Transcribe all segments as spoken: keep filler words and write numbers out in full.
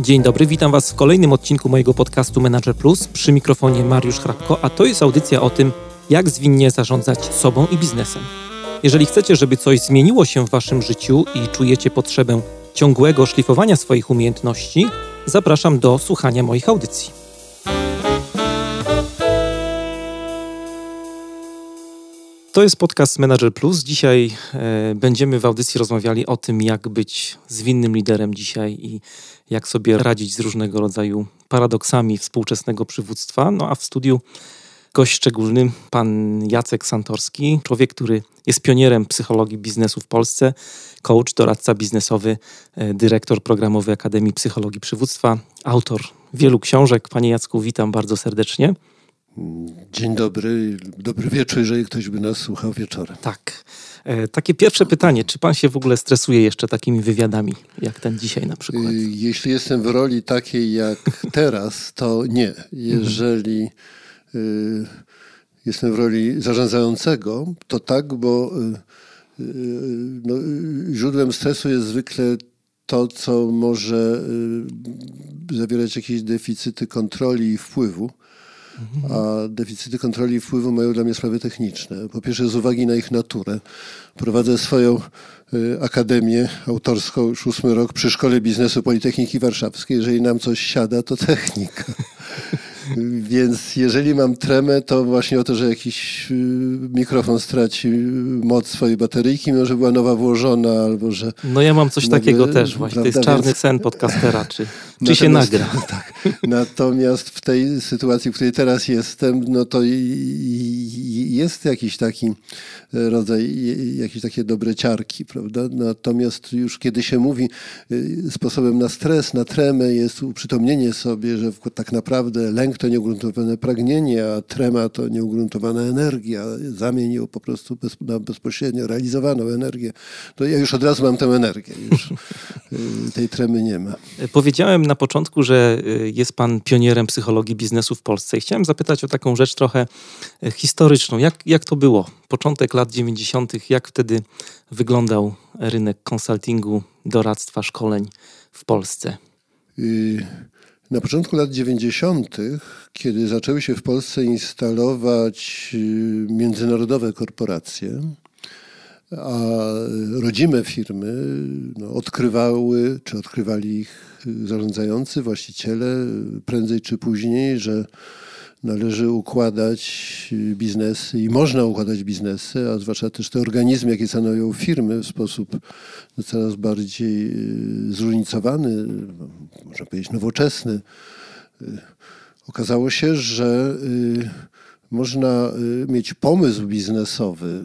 Dzień dobry, witam Was w kolejnym odcinku mojego podcastu Manager Plus. Przy mikrofonie Mariusz Hrabko, a to jest audycja o tym, jak zwinnie zarządzać sobą i biznesem. Jeżeli chcecie, żeby coś zmieniło się w Waszym życiu i czujecie potrzebę ciągłego szlifowania swoich umiejętności, zapraszam do słuchania moich audycji. To jest podcast Manager Plus. Dzisiaj e, będziemy w audycji rozmawiali o tym, jak być zwinnym liderem dzisiaj i jak sobie radzić z różnego rodzaju paradoksami współczesnego przywództwa. No a w studiu gość szczególny, pan Jacek Santorski, człowiek, który jest pionierem psychologii biznesu w Polsce, coach, doradca biznesowy, e, dyrektor programowy Akademii Psychologii Przywództwa, autor wielu książek. Panie Jacku, witam bardzo serdecznie. Dzień dobry, dobry wieczór, jeżeli ktoś by nas słuchał wieczorem. Tak. E, takie pierwsze pytanie, czy pan się w ogóle stresuje jeszcze takimi wywiadami, jak ten dzisiaj na przykład? Jeśli jestem w roli takiej jak teraz, to nie. Jeżeli y, jestem w roli zarządzającego, to tak, bo y, y, no, źródłem stresu jest zwykle to, co może y, zawierać jakieś deficyty kontroli i wpływu. A deficyty kontroli i wpływu mają dla mnie sprawy techniczne. Po pierwsze z uwagi na ich naturę. Prowadzę swoją y, akademię autorską już ósmy rok przy Szkole Biznesu Politechniki Warszawskiej. Jeżeli nam coś siada, to technika. Więc jeżeli mam tremę, to właśnie o to, że jakiś y, mikrofon straci moc swojej bateryjki, mimo że była nowa włożona, albo że... No ja mam coś nagle, takiego też właśnie. Prawda? To jest czarny Więc... sen podcastera, czy, czy się nagra. Tak. Natomiast w tej sytuacji, w której teraz jestem, no to i, i jest jakiś taki rodzaj, jakieś takie dobre ciarki, prawda? Natomiast już kiedy się mówi sposobem na stres, na tremę, jest uprzytomnienie sobie, że tak naprawdę lęk to nieugruntowane pragnienie, a trema to nieugruntowana energia. Zamień ją po prostu bez, na bezpośrednio realizowaną energię. To ja już od razu mam tę energię. Już tej tremy nie ma. Powiedziałem na początku, że jest pan pionierem psychologii biznesu w Polsce i chciałem zapytać o taką rzecz trochę historyczną. Jak, jak to było? Początek lat dziewięćdziesiątych. Jak wtedy wyglądał rynek konsultingu, doradztwa, szkoleń w Polsce? Y- Na początku lat dziewięćdziesiątych, kiedy zaczęły się w Polsce instalować międzynarodowe korporacje, a rodzime firmy no, odkrywały, czy odkrywali ich zarządzający, właściciele, prędzej czy później, że należy układać biznesy i można układać biznesy, a zwłaszcza też te organizmy, jakie stanowią firmy w sposób no, coraz bardziej zróżnicowany, można powiedzieć nowoczesny. Okazało się, że można mieć pomysł biznesowy,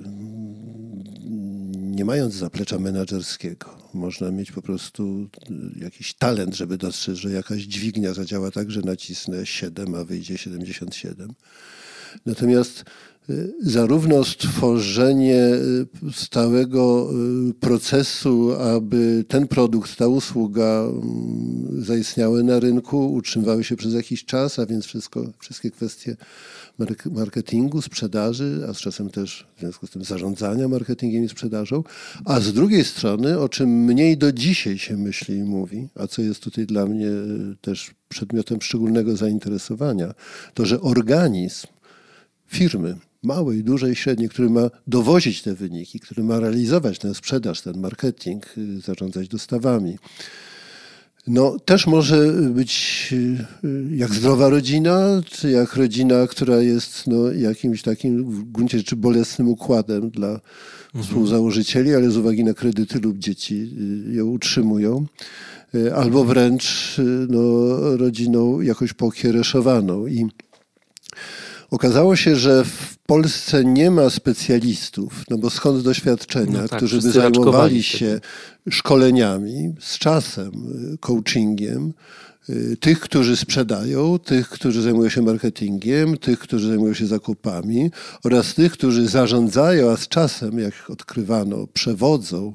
nie mając zaplecza menedżerskiego. Można mieć po prostu jakiś talent, żeby dostrzec, że jakaś dźwignia zadziała tak, że nacisnę siedem, a wyjdzie siedemdziesiąt siedem. Natomiast zarówno stworzenie stałego procesu, aby ten produkt, ta usługa zaistniały na rynku, utrzymywały się przez jakiś czas, a więc wszystko, wszystkie kwestie marketingu, sprzedaży, a z czasem też w związku z tym zarządzania marketingiem i sprzedażą, a z drugiej strony, o czym mniej do dzisiaj się myśli i mówi, a co jest tutaj dla mnie też przedmiotem szczególnego zainteresowania, to że organizm firmy, małej, dużej, średniej, który ma dowozić te wyniki, który ma realizować tę sprzedaż, ten marketing, zarządzać dostawami, no też może być jak zdrowa rodzina, czy jak rodzina, która jest no, jakimś takim w gruncie rzeczy bolesnym układem dla mhm. współzałożycieli, ale z uwagi na kredyty lub dzieci ją utrzymują, albo wręcz no, rodziną jakoś pokiereszowaną. I okazało się, że w Polsce nie ma specjalistów, no bo skąd doświadczenia, no tak, którzy by zajmowali się szkoleniami, z czasem, coachingiem, tych, którzy sprzedają, tych, którzy zajmują się marketingiem, tych, którzy zajmują się zakupami oraz tych, którzy zarządzają, a z czasem, jak odkrywano, przewodzą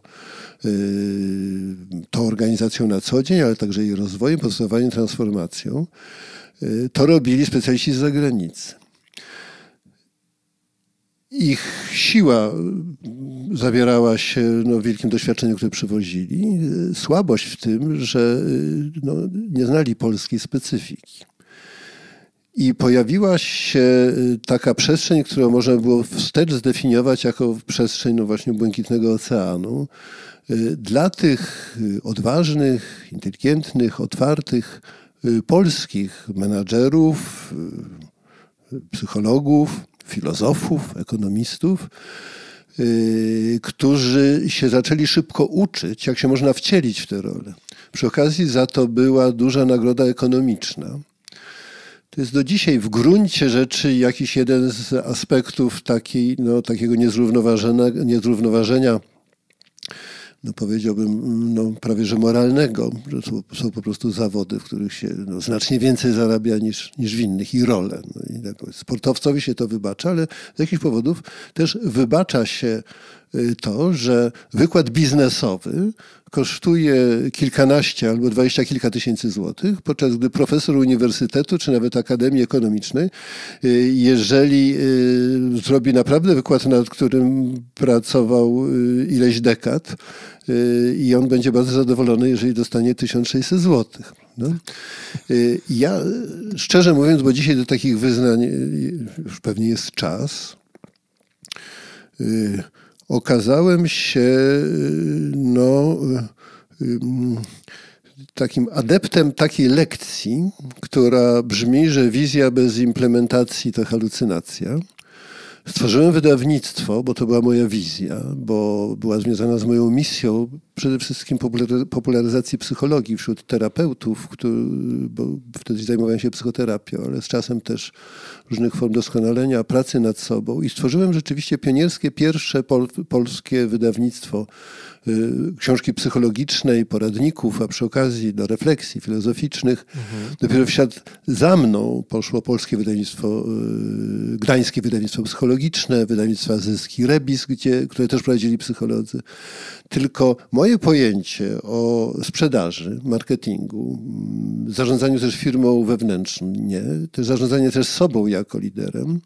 tą organizacją na co dzień, ale także jej rozwojem, podsumowaniem, transformacją. To robili specjaliści z zagranicy. Ich siła zawierała się no, w wielkim doświadczeniu, które przywozili. Słabość w tym, że no, nie znali polskiej specyfiki. I pojawiła się taka przestrzeń, którą można było wstecz zdefiniować jako przestrzeń no właśnie Błękitnego Oceanu. Dla tych odważnych, inteligentnych, otwartych polskich menadżerów, psychologów, filozofów, ekonomistów, yy, którzy się zaczęli szybko uczyć, jak się można wcielić w tę rolę. Przy okazji za to była duża nagroda ekonomiczna. To jest do dzisiaj w gruncie rzeczy jakiś jeden z aspektów takiej, no, takiego niezrównoważenia, niezrównoważenia no powiedziałbym, no, prawie że moralnego, że są, są po prostu zawody, w których się no, znacznie więcej zarabia niż, niż w innych i role. No, i tak, sportowcowi się to wybacza, ale z jakichś powodów też wybacza się to, że wykład biznesowy kosztuje kilkanaście albo dwadzieścia kilka tysięcy złotych, podczas gdy profesor uniwersytetu czy nawet Akademii Ekonomicznej, jeżeli zrobi naprawdę wykład, nad którym pracował ileś dekad, i on będzie bardzo zadowolony, jeżeli dostanie tysiąc sześćset złotych. No. Ja szczerze mówiąc, bo dzisiaj do takich wyznań już pewnie jest czas, okazałem się no, takim adeptem takiej lekcji, która brzmi, że wizja bez implementacji to halucynacja. Stworzyłem wydawnictwo, bo to była moja wizja, bo była związana z moją misją przede wszystkim popularyzacji psychologii wśród terapeutów, który, bo wtedy zajmowałem się psychoterapią, ale z czasem też różnych form doskonalenia, pracy nad sobą i stworzyłem rzeczywiście pionierskie, pierwsze pol, polskie wydawnictwo y, książki psychologicznej, poradników, a przy okazji do refleksji filozoficznych. Mhm. Dopiero w ślad za mną poszło polskie wydawnictwo, y, gdańskie wydawnictwo psychologiczne, wydawnictwa Zysk i Rebis, gdzie, które też prowadzili psycholodzy. Tylko moje pojęcie o sprzedaży, marketingu, zarządzaniu też firmą wewnętrznie, też zarządzanie też sobą jako liderem,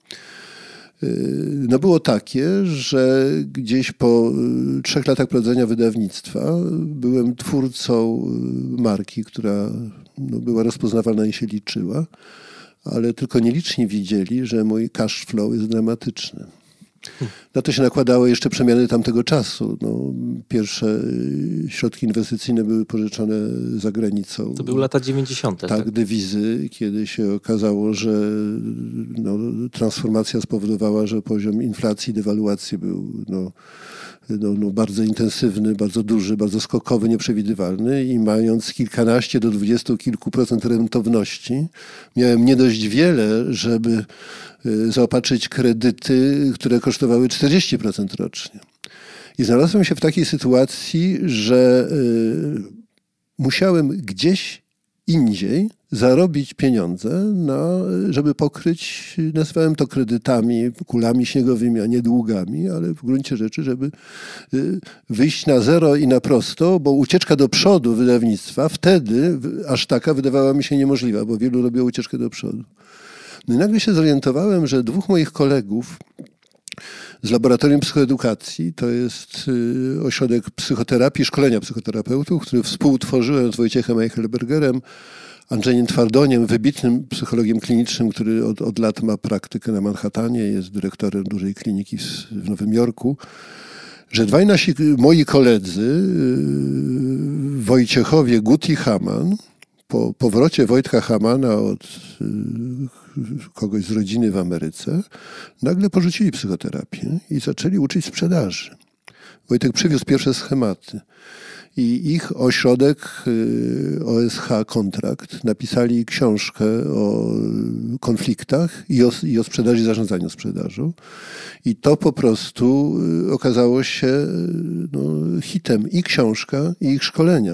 no było takie, że gdzieś po trzech latach prowadzenia wydawnictwa byłem twórcą marki, która no, była rozpoznawalna i się liczyła, ale tylko nieliczni widzieli, że mój cash flow jest dramatyczny. Na to się nakładały jeszcze przemiany tamtego czasu. No, pierwsze środki inwestycyjne były pożyczone za granicą. To były lata dziewięćdziesiąte. Tak, tak, dewizy, kiedy się okazało, że no, transformacja spowodowała, że poziom inflacji, dewaluacji był no, no, no, bardzo intensywny, bardzo duży, bardzo skokowy, nieprzewidywalny i mając kilkanaście do dwudziestu kilku procent rentowności, miałem nie dość wiele, żeby zaopatrzyć kredyty, które kosztowały czterdzieści procent rocznie. I znalazłem się w takiej sytuacji, że y, musiałem gdzieś indziej zarobić pieniądze, na, żeby pokryć, nazwałem to kredytami, kulami śniegowymi, a nie długami, ale w gruncie rzeczy, żeby y, wyjść na zero i na prosto, bo ucieczka do przodu wydawnictwa wtedy aż taka wydawała mi się niemożliwa, bo wielu robiło ucieczkę do przodu. No i nagle się zorientowałem, że dwóch moich kolegów z Laboratorium Psychoedukacji, to jest y, ośrodek psychoterapii, szkolenia psychoterapeutów, który współtworzyłem z Wojciechem Eichelbergerem, Andrzejem Twardoniem, wybitnym psychologiem klinicznym, który od, od lat ma praktykę na Manhattanie, jest dyrektorem dużej kliniki w, w Nowym Jorku, że dwaj nasi, moi koledzy, y, Wojciechowie Gut i Hamann, po powrocie Wojtka Hamana od y, kogoś z rodziny w Ameryce, nagle porzucili psychoterapię i zaczęli uczyć sprzedaży. Wojtek przywiózł pierwsze schematy i ich ośrodek y, O S H Kontrakt napisali książkę o konfliktach i o, i o sprzedaży i zarządzaniu sprzedażą. I to po prostu y, okazało się no, hitem i książka, i ich szkolenia.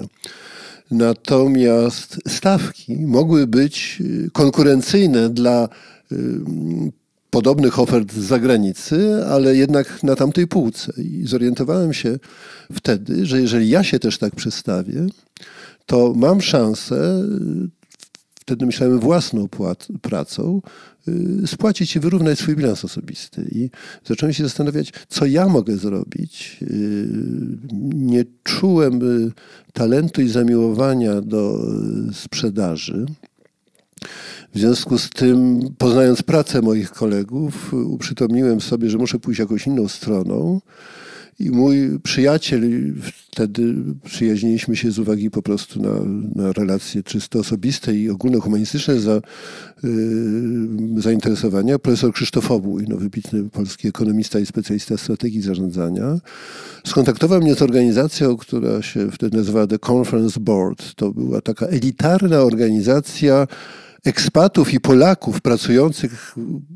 Natomiast stawki mogły być konkurencyjne dla y, podobnych ofert z zagranicy, ale jednak na tamtej półce. I zorientowałem się wtedy, że jeżeli ja się też tak przestawię, to mam szansę wtedy myślałem własną pracą, spłacić i wyrównać swój bilans osobisty. I zacząłem się zastanawiać, co ja mogę zrobić. Nie czułem talentu i zamiłowania do sprzedaży. W związku z tym, poznając pracę moich kolegów, uprzytomniłem sobie, że muszę pójść jakąś inną stroną. I mój przyjaciel, wtedy przyjaźniliśmy się z uwagi po prostu na, na relacje czysto osobiste i ogólnohumanistyczne za, yy, zainteresowania, profesor Krzysztof Obój, no, wybitny polski ekonomista i specjalista strategii zarządzania, skontaktował mnie z organizacją, która się wtedy nazywała The Conference Board. To była taka elitarna organizacja ekspatów i Polaków pracujących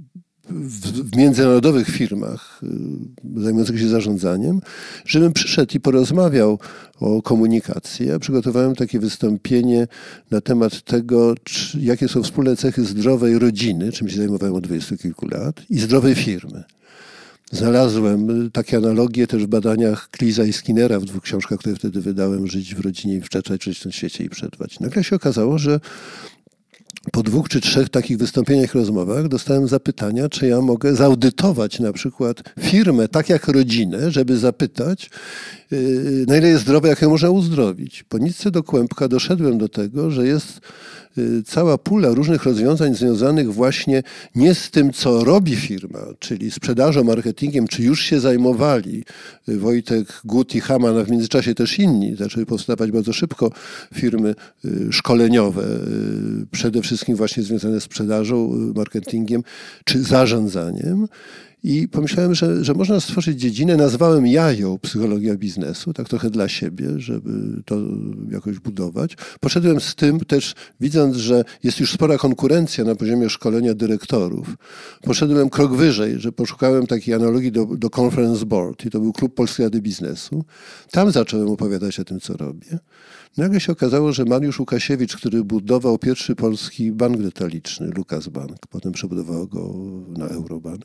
w, w międzynarodowych firmach zajmujących się zarządzaniem, żebym przyszedł i porozmawiał o komunikacji. Ja przygotowałem takie wystąpienie na temat tego, czy, jakie są wspólne cechy zdrowej rodziny, czym się zajmowałem od dwudziestu kilku lat, i zdrowej firmy. Znalazłem takie analogie też w badaniach Kleesa i Skinnera w dwóch książkach, które wtedy wydałem, Żyć w rodzinie i wczeczać, żyć w tym świecie i przetrwać. Nagle się okazało, że po dwóch czy trzech takich wystąpieniach, rozmowach dostałem zapytania, czy ja mogę zaudytować na przykład firmę tak jak rodzinę, żeby zapytać, yy, na ile jest zdrowa, jak ją można uzdrowić. Po nitce do kłębka doszedłem do tego, że jest yy, cała pula różnych rozwiązań związanych właśnie nie z tym, co robi firma, czyli sprzedażą, marketingiem, czy już się zajmowali. Wojtek Gut i Hamann, a w międzyczasie też inni, zaczęły powstawać bardzo szybko firmy yy, szkoleniowe, yy, przede wszystkim właśnie związane z sprzedażą, marketingiem czy zarządzaniem. I pomyślałem, że, że można stworzyć dziedzinę, nazwałem ja ją psychologia biznesu, tak trochę dla siebie, żeby to jakoś budować. Poszedłem z tym też, widząc, że jest już spora konkurencja na poziomie szkolenia dyrektorów. Poszedłem krok wyżej, że poszukałem takiej analogii do, do Conference Board i to był Klub Polskiej Rady Biznesu. Tam zacząłem opowiadać o tym, co robię. Nagle się okazało, że Mariusz Łukasiewicz, który budował pierwszy polski bank detaliczny, Lukas Bank, potem przebudował go na Eurobank,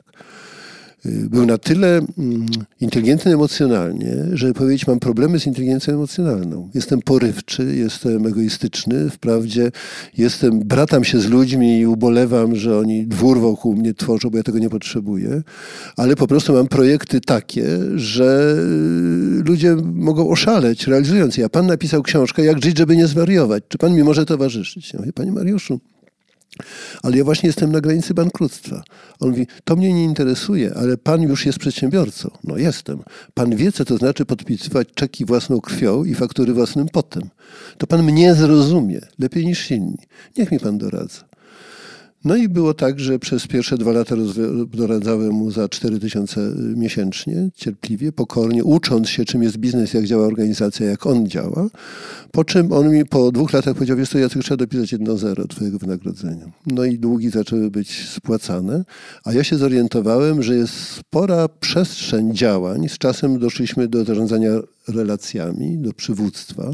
był na tyle inteligentny emocjonalnie, żeby powiedzieć, mam problemy z inteligencją emocjonalną. Jestem porywczy, jestem egoistyczny, wprawdzie jestem, bratam się z ludźmi i ubolewam, że oni dwór wokół mnie tworzą, bo ja tego nie potrzebuję, ale po prostu mam projekty takie, że ludzie mogą oszaleć, realizując je. A pan napisał książkę, jak żyć, żeby nie zwariować. Czy pan mi może towarzyszyć? Ja mówię, panie Mariuszu, ale ja właśnie jestem na granicy bankructwa. On mówi, to mnie nie interesuje, ale pan już jest przedsiębiorcą. No jestem. Pan wie, co to znaczy podpisywać czeki własną krwią i faktury własnym potem. To pan mnie zrozumie, lepiej niż inni. Niech mi pan doradza. No i było tak, że przez pierwsze dwa lata doradzałem mu za cztery tysiące miesięcznie, cierpliwie, pokornie, ucząc się, czym jest biznes, jak działa organizacja, jak on działa. Po czym on mi po dwóch latach powiedział, wiesz co, Jacek, trzeba dopisać jedno zero twojego wynagrodzenia. No i długi zaczęły być spłacane, a ja się zorientowałem, że jest spora przestrzeń działań. Z czasem doszliśmy do zarządzania relacjami, do przywództwa,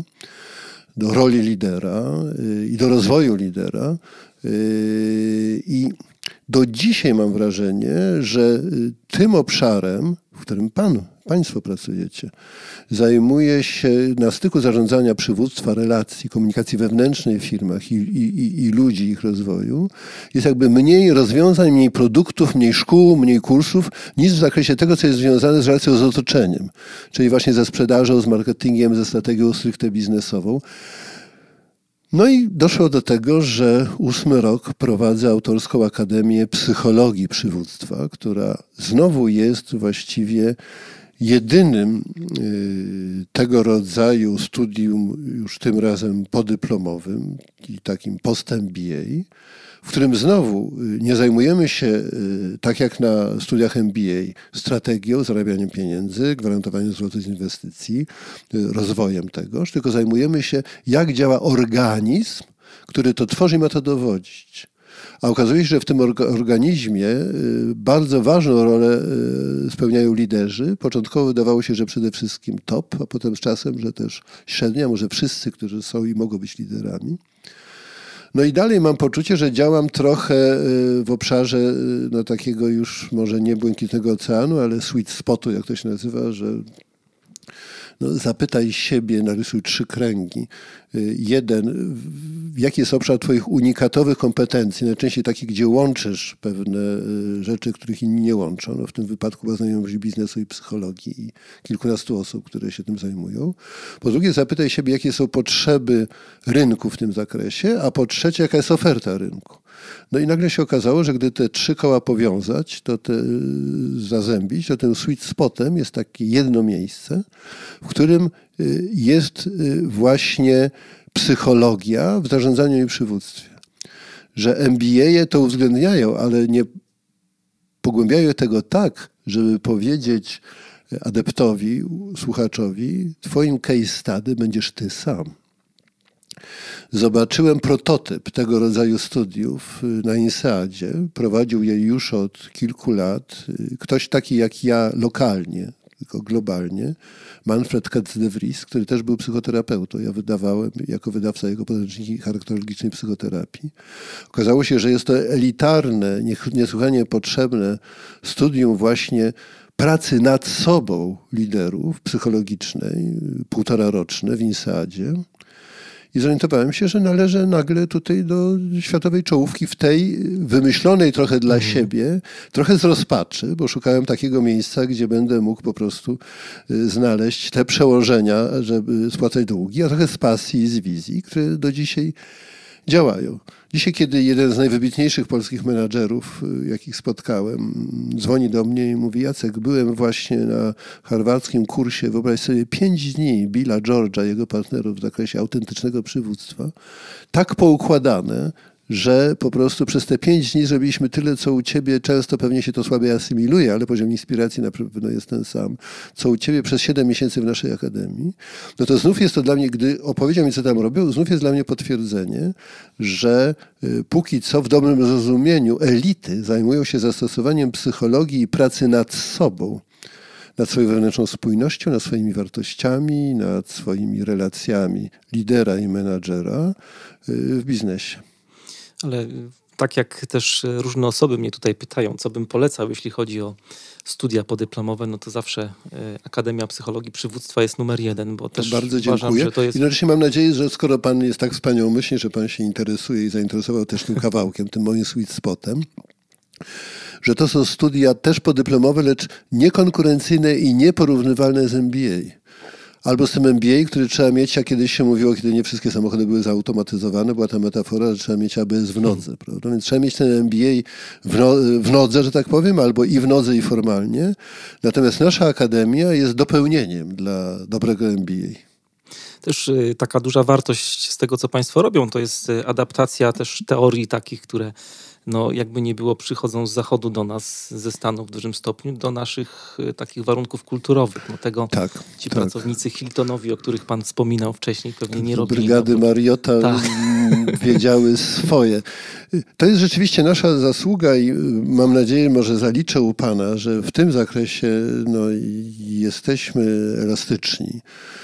do roli lidera i do rozwoju lidera. I do dzisiaj mam wrażenie, że tym obszarem, w którym pan, państwo pracujecie, zajmuje się na styku zarządzania przywództwa, relacji, komunikacji wewnętrznej w firmach i, i, i ludzi, ich rozwoju, jest jakby mniej rozwiązań, mniej produktów, mniej szkół, mniej kursów, niż w zakresie tego, co jest związane z relacją z otoczeniem, czyli właśnie ze sprzedażą, z marketingiem, ze strategią stricte biznesową. No i doszło do tego, że ósmy rok prowadzę autorską Akademię Psychologii Przywództwa, która znowu jest właściwie jedynym tego rodzaju studium, już tym razem podyplomowym i takim post-M B A, w którym znowu nie zajmujemy się, tak jak na studiach M B A, strategią, zarabianiem pieniędzy, gwarantowaniem zwrotu z inwestycji, rozwojem tegoż, tylko zajmujemy się, jak działa organizm, który to tworzy i ma to dowodzić. A okazuje się, że w tym organizmie bardzo ważną rolę spełniają liderzy. Początkowo wydawało się, że przede wszystkim top, a potem z czasem, że też średnia, może wszyscy, którzy są i mogą być liderami. No i dalej mam poczucie, że działam trochę w obszarze no, takiego już może nie błękitnego oceanu, ale sweet spotu, jak to się nazywa, że No, zapytaj siebie, narysuj trzy kręgi. Jeden, jaki jest obszar twoich unikatowych kompetencji, najczęściej takich, gdzie łączysz pewne rzeczy, których inni nie łączą. No, w tym wypadku była znajomość biznesu i psychologii i kilkunastu osób, które się tym zajmują. Po drugie, zapytaj siebie, jakie są potrzeby rynku w tym zakresie, a po trzecie, jaka jest oferta rynku. No i nagle się okazało, że gdy te trzy koła powiązać, to te zazębić, to tym sweet spotem jest takie jedno miejsce, w którym jest właśnie psychologia w zarządzaniu i przywództwie. Że M B A to uwzględniają, ale nie pogłębiają tego tak, żeby powiedzieć adeptowi, słuchaczowi, twoim case study będziesz ty sam. Zobaczyłem prototyp tego rodzaju studiów na INSEADzie. Prowadził je już od kilku lat. Ktoś taki jak ja lokalnie, tylko globalnie. Manfred Katz-de Vries, który też był psychoterapeutą. Ja wydawałem jako wydawca jego podręczniki charakterologicznej psychoterapii. Okazało się, że jest to elitarne, niesłychanie potrzebne studium właśnie pracy nad sobą liderów psychologicznej, półtora roczne w INSEADzie. I zorientowałem się, że należę nagle tutaj do światowej czołówki w tej wymyślonej trochę dla mm. siebie, trochę z rozpaczy, bo szukałem takiego miejsca, gdzie będę mógł po prostu znaleźć te przełożenia, żeby spłacać długi, a trochę z pasji i z wizji, które do dzisiaj działają. Dzisiaj, kiedy jeden z najwybitniejszych polskich menadżerów, jakich spotkałem, dzwoni do mnie i mówi: Jacek, byłem właśnie na harwardzkim kursie, wyobraź sobie, pięć dni Billa George'a, jego partnerów w zakresie autentycznego przywództwa, tak poukładane, że po prostu przez te pięć dni zrobiliśmy tyle, co u ciebie, często pewnie się to słabiej asymiluje, ale poziom inspiracji na pewno jest ten sam, co u ciebie przez siedem miesięcy w naszej akademii. No to znów jest to dla mnie, gdy opowiedział mi, co tam robią, znów jest dla mnie potwierdzenie, że y, póki co w dobrym zrozumieniu elity zajmują się zastosowaniem psychologii i pracy nad sobą, nad swoją wewnętrzną spójnością, nad swoimi wartościami, nad swoimi relacjami lidera i menadżera y, w biznesie. Ale tak jak też różne osoby mnie tutaj pytają, co bym polecał, jeśli chodzi o studia podyplomowe, no to zawsze Akademia Psychologii Przywództwa jest numer jeden, bo też bardzo uważam, dziękuję. Że to jest... Jednocześnie mam nadzieję, że skoro pan jest tak wspaniałomyślny, że pan się interesuje i zainteresował też tym kawałkiem, tym moim sweet spotem, że to są studia też podyplomowe, lecz niekonkurencyjne i nieporównywalne z M B A. Albo z tym M B A, który trzeba mieć, jak kiedyś się mówiło, kiedy nie wszystkie samochody były zautomatyzowane, była ta metafora, że trzeba mieć A B S w nodze. Prawda? Więc trzeba mieć ten M B A w, no, w nodze, że tak powiem, albo i w nodze, i formalnie. Natomiast nasza akademia jest dopełnieniem dla dobrego M B A. Też y, taka duża wartość z tego, co państwo robią, to jest y, adaptacja też teorii takich, które no jakby nie było, przychodzą z zachodu do nas, ze Stanów w dużym stopniu, do naszych y, takich warunków kulturowych. No tego tak, ci tak. pracownicy Hiltonowi, o których pan wspominał wcześniej, pewnie nie robili. Brygady no bo... Mariota tak. wiedziały swoje. To jest rzeczywiście nasza zasługa i mam nadzieję, może zaliczę u pana, że w tym zakresie no, jesteśmy elastyczni.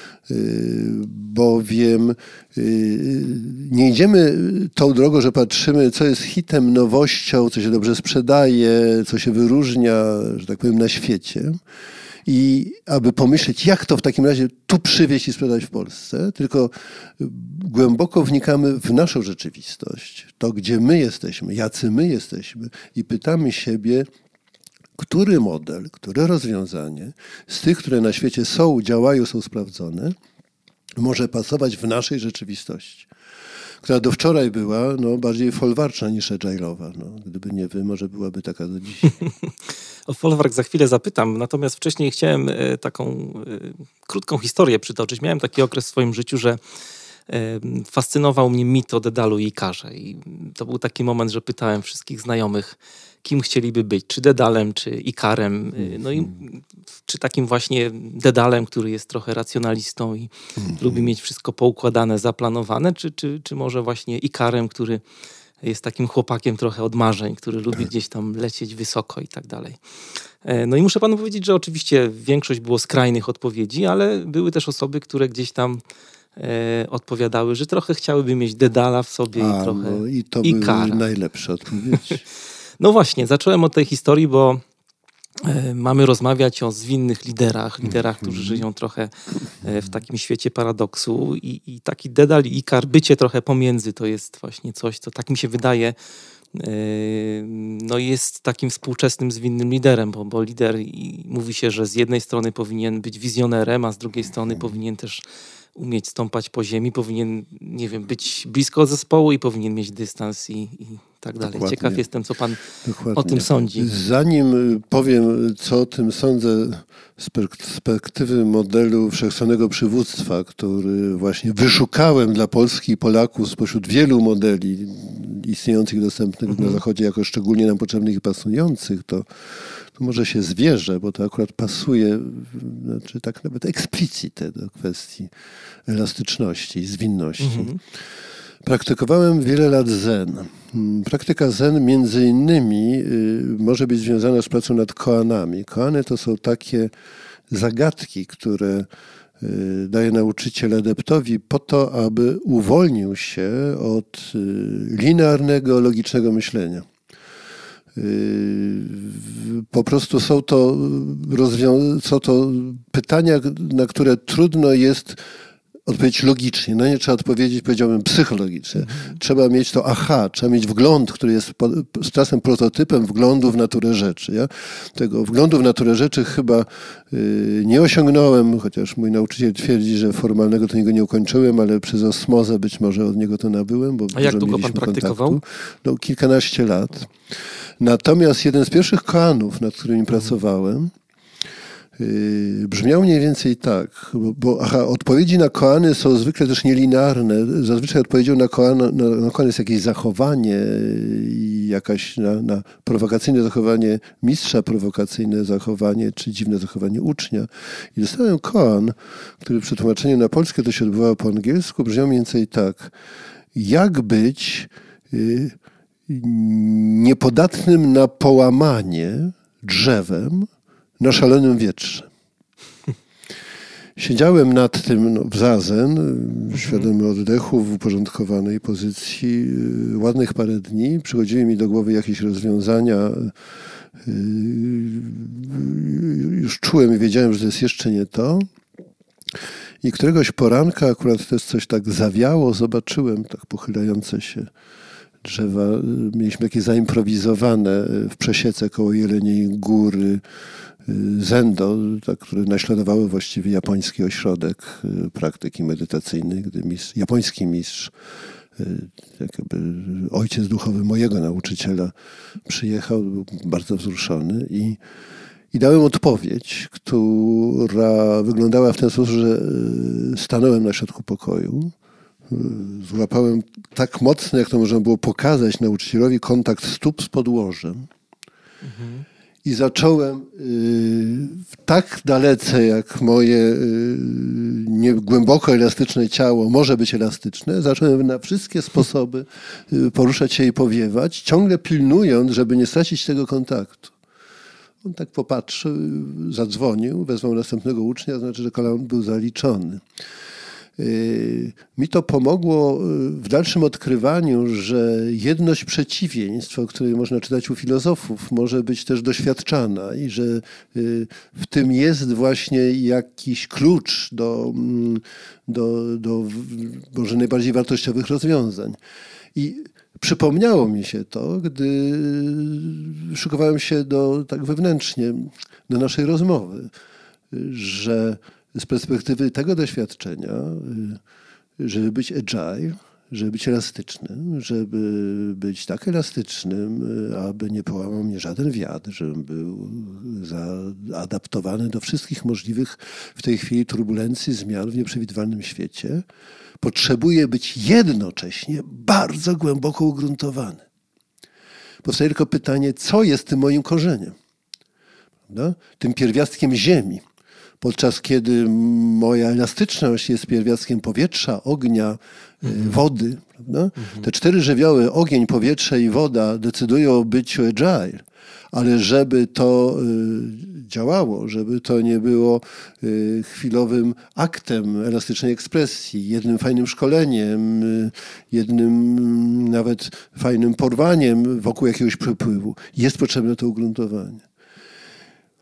Bowiem nie idziemy tą drogą, że patrzymy, co jest hitem, nowością, co się dobrze sprzedaje, co się wyróżnia, że tak powiem, na świecie. I aby pomyśleć, jak to w takim razie tu przywieźć i sprzedać w Polsce, tylko głęboko wnikamy w naszą rzeczywistość, to gdzie my jesteśmy, jacy my jesteśmy i pytamy siebie, który model, które rozwiązanie z tych, które na świecie są, działają, są sprawdzone, może pasować w naszej rzeczywistości, która do wczoraj była no, bardziej folwarczna niż agile'owa. No, gdyby nie wy, może byłaby taka do dziś. O folwark za chwilę zapytam, natomiast wcześniej chciałem e, taką e, krótką historię przytoczyć. Miałem taki okres w swoim życiu, że e, fascynował mnie mit o Dedalu i Ikarze. I to był taki moment, że pytałem wszystkich znajomych, kim chcieliby być, czy Dedalem, czy Ikarem, no i czy takim właśnie Dedalem, który jest trochę racjonalistą i mm. lubi mieć wszystko poukładane, zaplanowane, czy, czy, czy może właśnie Ikarem, który jest takim chłopakiem trochę od marzeń, który lubi gdzieś tam lecieć wysoko i tak dalej. No i muszę panu powiedzieć, że oczywiście większość było skrajnych odpowiedzi, ale były też osoby, które gdzieś tam e, odpowiadały, że trochę chciałyby mieć Dedala w sobie A, i trochę no, i to Ikara. były najlepsze odpowiedzi. No właśnie, zacząłem od tej historii, bo Mamy rozmawiać o zwinnych liderach, liderach, którzy żyją trochę w takim świecie paradoksu i, i taki Dedal i Ikar, bycie trochę pomiędzy, to jest właśnie coś, co tak mi się wydaje, no jest takim współczesnym zwinnym liderem, bo, bo lider i mówi się, że z jednej strony powinien być wizjonerem, a z drugiej strony powinien też umieć stąpać po ziemi, powinien, nie wiem, być blisko zespołu i powinien mieć dystans i, i tak dalej. Dokładnie. Ciekaw jestem, co pan Dokładnie. o tym sądzi. Zanim powiem, co o tym sądzę z perspektywy modelu wszechstronnego przywództwa, który właśnie wyszukałem dla Polski i Polaków spośród wielu modeli istniejących, dostępnych mhm. na Zachodzie, jako szczególnie nam potrzebnych i pasujących, to, to może się zwierzę, bo to akurat pasuje, znaczy tak nawet eksplicite do kwestii elastyczności i zwinności. Mhm. Praktykowałem wiele lat zen. Praktyka zen między innymi y, może być związana z pracą nad koanami. Koany to są takie zagadki, które y, daje nauczyciel adeptowi po to, aby uwolnił się od y, linearnego, logicznego myślenia. Y, po prostu są to, rozwią- są to pytania, na które trudno jest odpowiedzieć logicznie. No nie trzeba odpowiedzieć, powiedziałbym, psychologicznie. Mhm. Trzeba mieć to aha, trzeba mieć wgląd, który jest po, z czasem prototypem wglądu w naturę rzeczy. Ja? Tego wglądu w naturę rzeczy chyba y, nie osiągnąłem, chociaż mój nauczyciel twierdzi, że formalnego to niego nie ukończyłem, ale przez osmozę być może od niego to nabyłem, bo A jak długo pan praktykował? No, kilkanaście lat. Natomiast jeden z pierwszych koanów, nad którymi mhm. pracowałem, brzmiał mniej więcej tak, bo, bo aha, odpowiedzi na koany są zwykle też nielinearne. Zazwyczaj odpowiedzią na koan, na, na koan jest jakieś zachowanie i jakaś na, na prowokacyjne zachowanie mistrza, prowokacyjne zachowanie czy dziwne zachowanie ucznia. I dostałem koan, który w przetłumaczeniu na polskie to się odbywało po angielsku, brzmiał mniej więcej tak. Jak być y, niepodatnym na połamanie drzewem na szalonym wietrze. Siedziałem nad tym no, w zazen, mhm. świadomy oddechu, w uporządkowanej pozycji ładnych parę dni. Przychodziły mi do głowy jakieś rozwiązania. Już czułem i wiedziałem, że to jest jeszcze nie to. I któregoś poranka akurat też coś tak zawiało. Zobaczyłem tak pochylające się drzewa. Mieliśmy jakieś zaimprowizowane w przesiece koło Jeleniej Góry Zendo, tak, które naśladowały właściwie japoński ośrodek praktyki medytacyjnej, gdy mistrz, japoński mistrz, jakby ojciec duchowy mojego nauczyciela przyjechał, był bardzo wzruszony i, i dałem odpowiedź, która wyglądała w ten sposób, że stanąłem na środku pokoju, złapałem tak mocno, jak to można było pokazać nauczycielowi, kontakt stóp z podłożem. Mhm. I zacząłem y, tak dalece, jak moje y, nie, głęboko elastyczne ciało może być elastyczne, zacząłem na wszystkie sposoby y, poruszać się i powiewać, ciągle pilnując, żeby nie stracić tego kontaktu. On tak popatrzył, zadzwonił, wezwał następnego ucznia, znaczy, że kolan był zaliczony. Mi to pomogło w dalszym odkrywaniu, że jedność przeciwieństw, o której można czytać u filozofów, może być też doświadczana i że w tym jest właśnie jakiś klucz do, do, do może najbardziej wartościowych rozwiązań. I przypomniało mi się to, gdy szykowałem się do, tak wewnętrznie do naszej rozmowy, że z perspektywy tego doświadczenia, żeby być agile, żeby być elastycznym, żeby być tak elastycznym, aby nie połamał mnie żaden wiatr, żebym był zaadaptowany do wszystkich możliwych w tej chwili turbulencji, zmian w nieprzewidywalnym świecie, potrzebuję być jednocześnie bardzo głęboko ugruntowany. Powstaje tylko pytanie, co jest tym moim korzeniem? Prawda? Tym pierwiastkiem ziemi. Podczas kiedy moja elastyczność jest pierwiastkiem powietrza, ognia, mhm. wody. Prawda? Mhm. Te cztery żywioły, ogień, powietrze i woda, decydują o byciu agile. Ale żeby to y, działało, żeby to nie było y, chwilowym aktem elastycznej ekspresji, jednym fajnym szkoleniem, y, jednym y, nawet fajnym porwaniem wokół jakiegoś przepływu, jest potrzebne to ugruntowanie.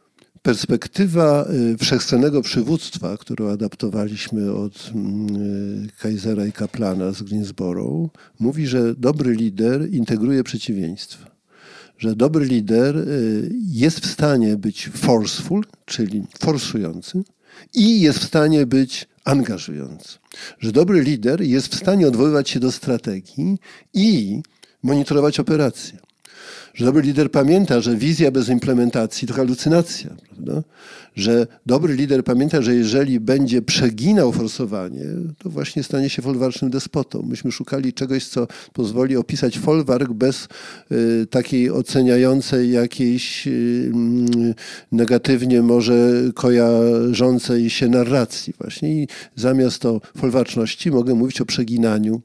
perspektywa wszechstronnego przywództwa, którą adaptowaliśmy od Kaisera i Kaplana z Greensboro, mówi, że dobry lider integruje przeciwieństwa. Że dobry lider jest w stanie być forceful, czyli forsujący, i jest w stanie być angażujący. Że dobry lider jest w stanie odwoływać się do strategii i monitorować operacje. Że dobry lider pamięta, że wizja bez implementacji to halucynacja, prawda? Że dobry lider pamięta, że jeżeli będzie przeginał forsowanie, to właśnie stanie się folwarcznym despotą. Myśmy szukali czegoś, co pozwoli opisać folwark bez y, takiej oceniającej jakiejś y, negatywnie może kojarzącej się narracji właśnie. I zamiast o folwarczności mogę mówić o przeginaniu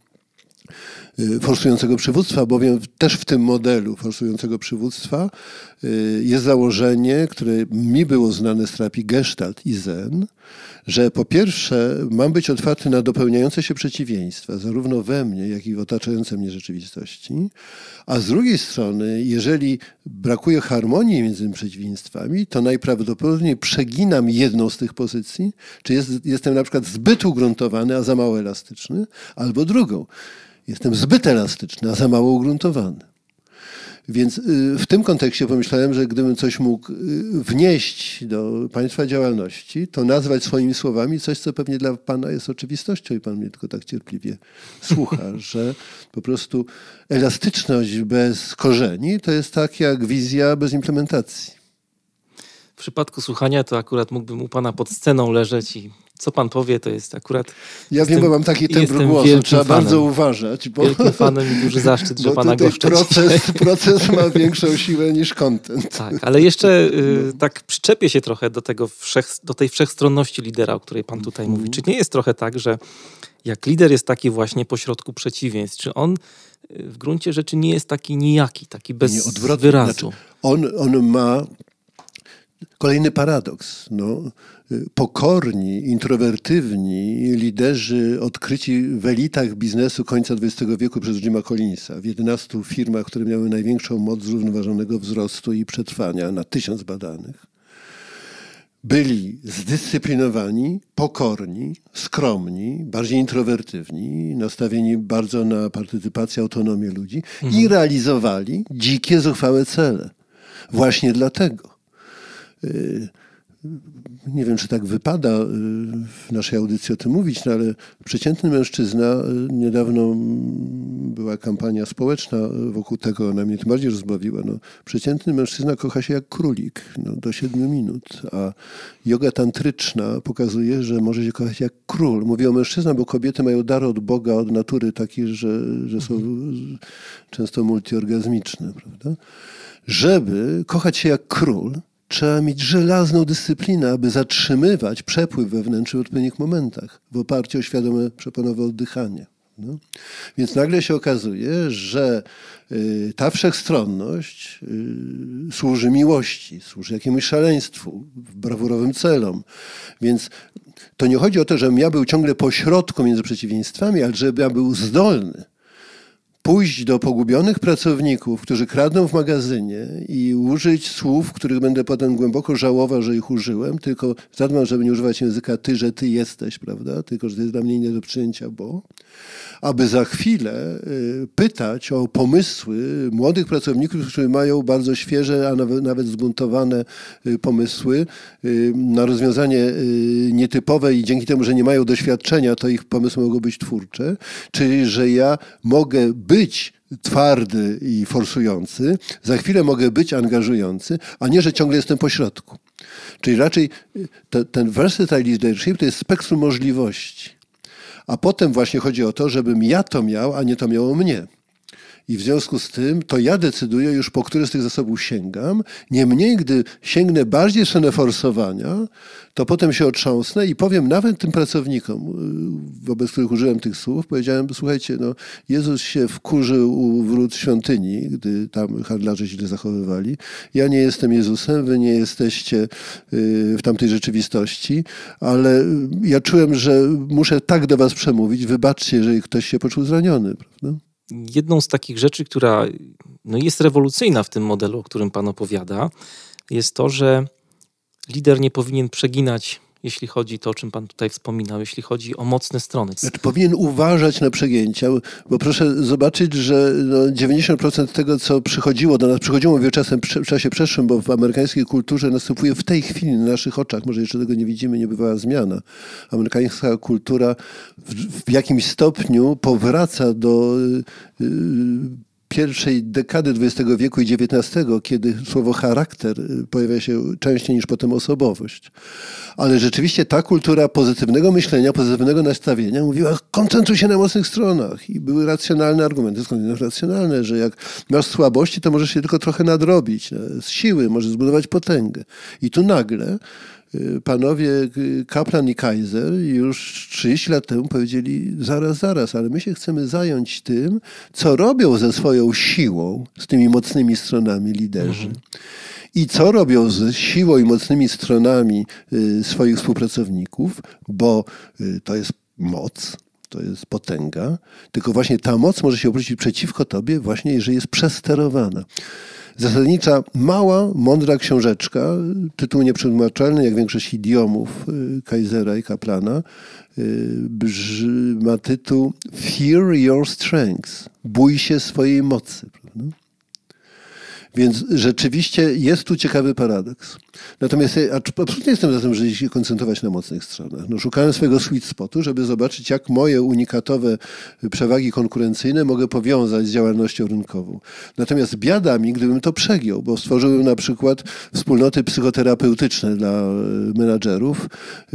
forsującego przywództwa, bowiem też w tym modelu forsującego przywództwa jest założenie, które mi było znane z terapii Gestalt i Zen, że po pierwsze mam być otwarty na dopełniające się przeciwieństwa, zarówno we mnie, jak i w otaczającej mnie rzeczywistości, a z drugiej strony, jeżeli brakuje harmonii między tymi przeciwieństwami, to najprawdopodobniej przeginam jedną z tych pozycji, czy jest, jestem na przykład zbyt ugruntowany, a za mało elastyczny, albo drugą. Jestem zbyt elastyczny, a za mało ugruntowany. Więc w tym kontekście pomyślałem, że gdybym coś mógł wnieść do państwa działalności, to nazwać swoimi słowami coś, co pewnie dla pana jest oczywistością i pan mnie tylko tak cierpliwie słucha, że po prostu elastyczność bez korzeni to jest tak jak wizja bez implementacji. W przypadku słuchania to akurat mógłbym u pana pod sceną leżeć i co pan powie, to jest akurat... Ja jestem, wiem, bo mam taki tembr głosu, trzeba fanem. bardzo uważać. Bo, wielkim fanem i duży zaszczyt, że pana goszczę. Proces, proces ma większą siłę niż content. Tak, ale jeszcze y, tak przyczepię się trochę do, tego wszech, do tej wszechstronności lidera, o której pan tutaj mm. mówi. Czy nie jest trochę tak, że jak lider jest taki właśnie pośrodku przeciwieństw, czy on w gruncie rzeczy nie jest taki nijaki, taki bez nie, odwrotnie. wyrazu? Znaczy, on, on ma kolejny paradoks. No. Pokorni, introwertywni liderzy odkryci w elitach biznesu końca dwudziestego wieku przez Jima Collinsa w jedenastu firmach, które miały największą moc zrównoważonego wzrostu i przetrwania na tysiąc badanych, byli zdyscyplinowani, pokorni, skromni, bardziej introwertywni, nastawieni bardzo na partycypację, autonomię ludzi mhm. i realizowali dzikie, zuchwałe cele. Właśnie dlatego. Yy, Nie wiem, czy tak wypada w naszej audycji o tym mówić, no ale przeciętny mężczyzna, niedawno była kampania społeczna wokół tego, ona mnie tym bardziej rozbawiła. No, przeciętny mężczyzna kocha się jak królik, no, do siedmiu minut, a joga tantryczna pokazuje, że może się kochać jak król. Mówię o mężczyznach, bo kobiety mają dar od Boga, od natury taki, że, że są często multiorgazmiczne, prawda? Żeby kochać się jak król, trzeba mieć żelazną dyscyplinę, aby zatrzymywać przepływ wewnętrzny w odpowiednich momentach w oparciu o świadome przeponowe oddychanie. No. Więc nagle się okazuje, że y, ta wszechstronność y, służy miłości, służy jakiemuś szaleństwu, brawurowym celom. Więc to nie chodzi o to, żebym ja był ciągle pośrodku między przeciwieństwami, ale żeby ja był zdolny pójść do pogubionych pracowników, którzy kradną w magazynie i użyć słów, których będę potem głęboko żałował, że ich użyłem, tylko zadbam, żeby nie używać języka ty, że ty jesteś, prawda? Tylko, że to jest dla mnie nie do przyjęcia, bo... aby za chwilę y, pytać o pomysły młodych pracowników, którzy mają bardzo świeże, a nawet, nawet zbuntowane y, pomysły y, na rozwiązanie y, nietypowe i dzięki temu, że nie mają doświadczenia, to ich pomysły mogą być twórcze. Czyli, że ja mogę być twardy i forsujący, za chwilę mogę być angażujący, a nie, że ciągle jestem pośrodku. Czyli raczej to, ten versatile leadership to jest spektrum możliwości. A potem właśnie chodzi o to, żebym ja to miał, a nie to miało mnie. I w związku z tym to ja decyduję już, po który z tych zasobów sięgam. Niemniej, gdy sięgnę bardziej w stronę forsowania, to potem się otrząsnę i powiem nawet tym pracownikom, wobec których użyłem tych słów, powiedziałem, słuchajcie, no, Jezus się wkurzył u wrót świątyni, gdy tam handlarze źle zachowywali. Ja nie jestem Jezusem, wy nie jesteście w tamtej rzeczywistości, ale ja czułem, że muszę tak do was przemówić, wybaczcie, jeżeli ktoś się poczuł zraniony, prawda? Jedną z takich rzeczy, która no jest rewolucyjna w tym modelu, o którym pan opowiada, jest to, że lider nie powinien przeginać, jeśli chodzi o to, o czym pan tutaj wspominał, jeśli chodzi o mocne strony? Znaczy, powinien uważać na przegięcia, bo proszę zobaczyć, że no dziewięćdziesiąt procent tego, co przychodziło do nas, przychodziło wieczasem w czasie przeszłym, bo w amerykańskiej kulturze następuje w tej chwili na naszych oczach, może jeszcze tego nie widzimy, nie bywała zmiana. Amerykańska kultura w, w jakimś stopniu powraca do yy, pierwszej dekady dwudziestego wieku i dziewiętnastego, kiedy słowo charakter pojawia się częściej niż potem osobowość. Ale rzeczywiście ta kultura pozytywnego myślenia, pozytywnego nastawienia mówiła, koncentruj się na mocnych stronach. I były racjonalne argumenty, skądinąd racjonalne, że jak masz słabości, to możesz się tylko trochę nadrobić. Z siły możesz zbudować potęgę. I tu nagle panowie Kaplan i Kaiser już trzydzieści lat temu powiedzieli, zaraz, zaraz, ale my się chcemy zająć tym, co robią ze swoją siłą, z tymi mocnymi stronami liderzy. Mhm. I co robią z siłą i mocnymi stronami swoich współpracowników, bo to jest moc, to jest potęga, tylko właśnie ta moc może się obrócić przeciwko tobie właśnie, jeżeli jest przesterowana. Zasadnicza, mała, mądra książeczka, tytuł nieprzetłumaczalny, jak większość idiomów Kaisera i Kaplana, ma tytuł Fear Your Strengths. Bój się swojej mocy. Prawda? Więc rzeczywiście jest tu ciekawy paradoks. Natomiast ja absolutnie jestem za tym, żeby się koncentrować na mocnych stronach. No, szukałem swojego sweet spotu, żeby zobaczyć, jak moje unikatowe przewagi konkurencyjne mogę powiązać z działalnością rynkową. Natomiast biada mi, gdybym to przegiął, bo stworzyłem na przykład wspólnoty psychoterapeutyczne dla menadżerów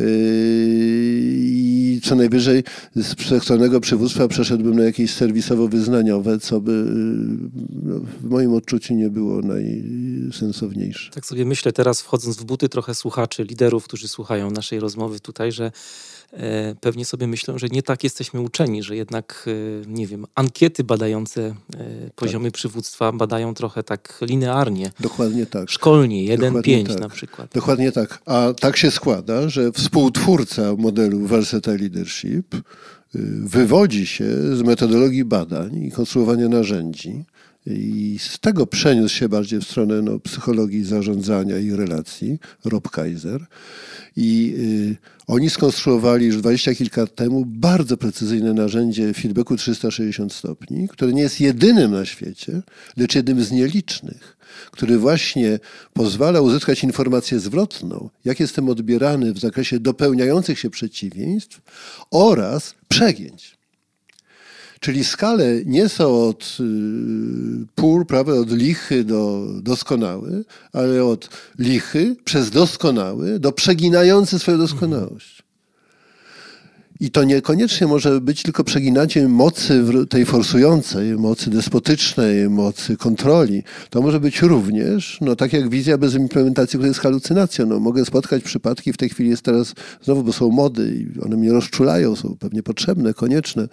i co najwyżej z wszechstronnego przywództwa przeszedłbym na jakieś serwisowo-wyznaniowe, co by no, w moim odczuciu nie było najsensowniejsze. Tak sobie myślę teraz, wchodząc w buty trochę słuchaczy, liderów, którzy słuchają naszej rozmowy tutaj, że e, pewnie sobie myślą, że nie tak jesteśmy uczeni, że jednak, e, nie wiem, ankiety badające e, poziomy tak. przywództwa badają trochę tak linearnie. Dokładnie tak. Szkolnie, jeden pięć tak. na przykład. Dokładnie tak. A tak się składa, że współtwórca modelu Versatile Leadership wywodzi się z metodologii badań i konstruowania narzędzi. I z tego przeniósł się bardziej w stronę no, psychologii zarządzania i relacji, Rob Kaiser. I y, oni skonstruowali już dwadzieścia kilka lat temu bardzo precyzyjne narzędzie feedbacku trzysta sześćdziesiąt stopni, które nie jest jedynym na świecie, lecz jednym z nielicznych, który właśnie pozwala uzyskać informację zwrotną, jak jestem odbierany w zakresie dopełniających się przeciwieństw oraz przegięć. Czyli skale nie są od poor, prawda, od lichy do doskonały, ale od lichy przez doskonały do przeginający swoją doskonałość. I to niekoniecznie może być tylko przeginaniem mocy tej forsującej, mocy despotycznej, mocy kontroli. To może być również, no tak jak wizja bez implementacji, która jest halucynacją. No, mogę spotkać przypadki, w tej chwili jest teraz, znowu, bo są mody i one mnie rozczulają, są pewnie potrzebne, konieczne.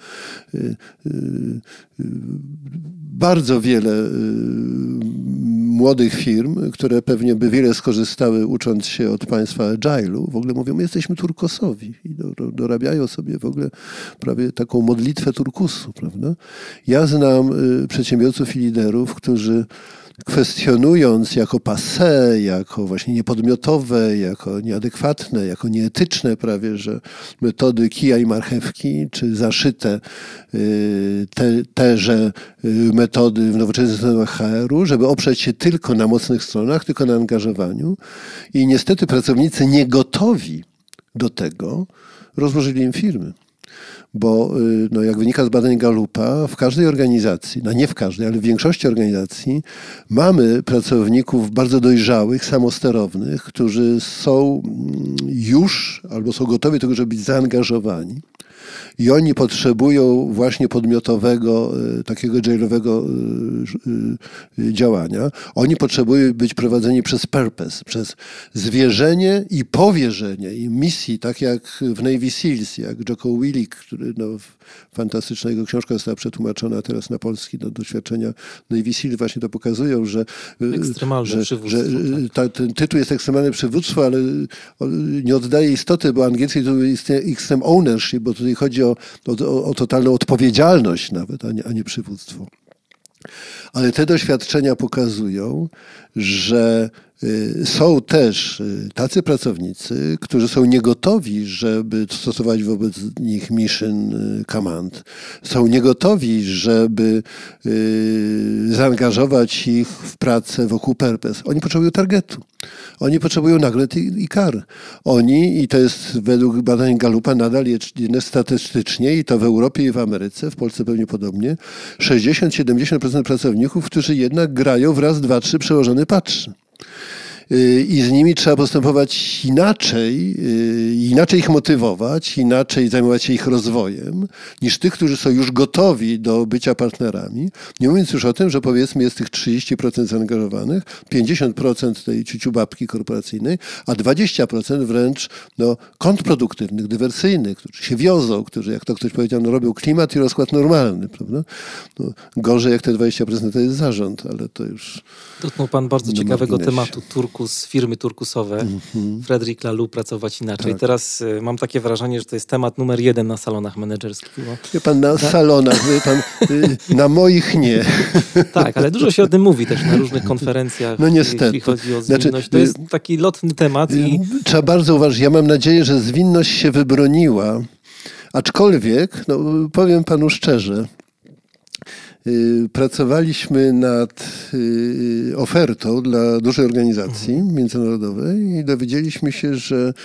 Bardzo wiele młodych firm, które pewnie by wiele skorzystały ucząc się od państwa agile'u, w ogóle mówią, my jesteśmy turkosowi i do, do, dorabiają sobie w ogóle prawie taką modlitwę turkusu, prawda? Ja znam y, przedsiębiorców i liderów, którzy kwestionując jako passé, jako właśnie niepodmiotowe, jako nieadekwatne, jako nieetyczne prawie, że metody kija i marchewki, czy zaszyte te, teże metody w nowoczesnych systemach H R-u, żeby oprzeć się tylko na mocnych stronach, tylko na angażowaniu. I niestety pracownicy niegotowi do tego rozłożyli im firmy. Bo no, jak wynika z badań Gallupa, w każdej organizacji, no nie w każdej, ale w większości organizacji mamy pracowników bardzo dojrzałych, samosterownych, którzy są już albo są gotowi do tego, żeby być zaangażowani. I oni potrzebują właśnie podmiotowego, takiego agile'owego działania. Oni potrzebują być prowadzeni przez purpose, przez zwierzenie i powierzenie im misji, tak jak w Navy Seals, jak Jocko Willink, który no, fantastyczna jego książka została przetłumaczona teraz na polski, no, doświadczenia Navy Seals właśnie to pokazują, że, ekstremalne że, przywództwo, że tak. ta, ten tytuł jest ekstremalne przywództwo, ale nie oddaje istoty, bo angielski to jest extreme ownership, bo tutaj chodzi o, o, o totalną odpowiedzialność nawet, a nie, a nie przywództwo. Ale te doświadczenia pokazują, że Są też tacy pracownicy, którzy są niegotowi, żeby stosować wobec nich mission command. Są niegotowi, żeby zaangażować ich w pracę wokół purpose. Oni potrzebują targetu. Oni potrzebują nagród i, i kar. Oni, i to jest według badań Gallupa nadal jest statystycznie, i to w Europie i w Ameryce, w Polsce pewnie podobnie, sześćdziesiąt do siedemdziesięciu procent pracowników, którzy jednak grają w raz, dwa, trzy przełożony patrzy. I z nimi trzeba postępować inaczej, inaczej ich motywować, inaczej zajmować się ich rozwojem, niż tych, którzy są już gotowi do bycia partnerami. Nie mówiąc już o tym, że powiedzmy jest tych trzydzieści procent zaangażowanych, pięćdziesiąt procent tej ciuciubabki korporacyjnej, a dwadzieścia procent wręcz no, kontrproduktywnych, dywersyjnych, którzy się wiozą, którzy, jak to ktoś powiedział, no, robią klimat i rozkład normalny. Prawda? No, gorzej jak te dwadzieścia procent to jest zarząd, ale to już... Dotknął pan bardzo ciekawego tematu. Turkus, firmy turkusowe. Mm-hmm. Frederic Laloux, pracować inaczej. Tak. Teraz y, mam takie wrażenie, że to jest temat numer jeden na salonach menedżerskich. No. Wie pan, na Ta... salonach, wie pan, y, na moich nie. Tak, ale dużo się o tym mówi też na różnych konferencjach. No niestety. Jeśli chodzi o zwinność. Znaczy, to jest taki lotny temat. Y, i... Trzeba bardzo uważać. Ja mam nadzieję, że zwinność się wybroniła. Aczkolwiek, no, powiem panu szczerze, pracowaliśmy nad ofertą dla dużej organizacji międzynarodowej i dowiedzieliśmy się, że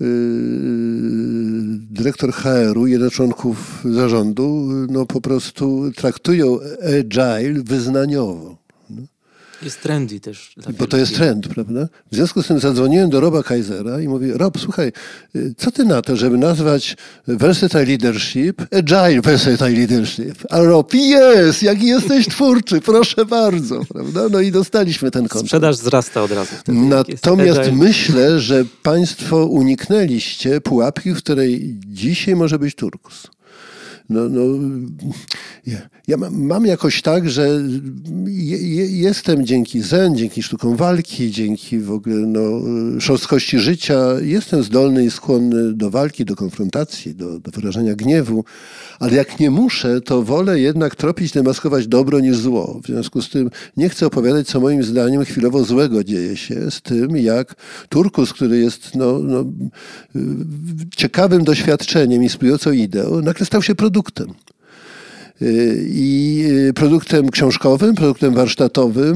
dyrektor H R-u, jeden z członków zarządu, no po prostu traktują agile wyznaniowo. Jest trendy też. Bo to jest trend, prawda? W związku z tym zadzwoniłem do Roba Kaisera i mówię: Rob, słuchaj, co ty na to, żeby nazwać Versatile Leadership Agile Versatile Leadership? A Rob, jest, jaki jesteś twórczy, proszę bardzo, prawda? No i dostaliśmy ten kontrakt. Sprzedaż wzrasta od razu. Wtedy, Natomiast myślę, że państwo uniknęliście pułapki, w której dzisiaj może być turkus. No, no, ja, ja mam, mam jakoś tak, że je, je, jestem dzięki zen, dzięki sztukom walki, dzięki w ogóle no, szorstkości życia, jestem zdolny i skłonny do walki, do konfrontacji, do, do wyrażania gniewu, ale jak nie muszę, to wolę jednak tropić, demaskować dobro niż zło. W związku z tym nie chcę opowiadać, co moim zdaniem chwilowo złego dzieje się z tym, jak turkus, który jest no, no, ciekawym doświadczeniem, inspirującą ideą, nagle stał się produktem. I produktem książkowym, produktem warsztatowym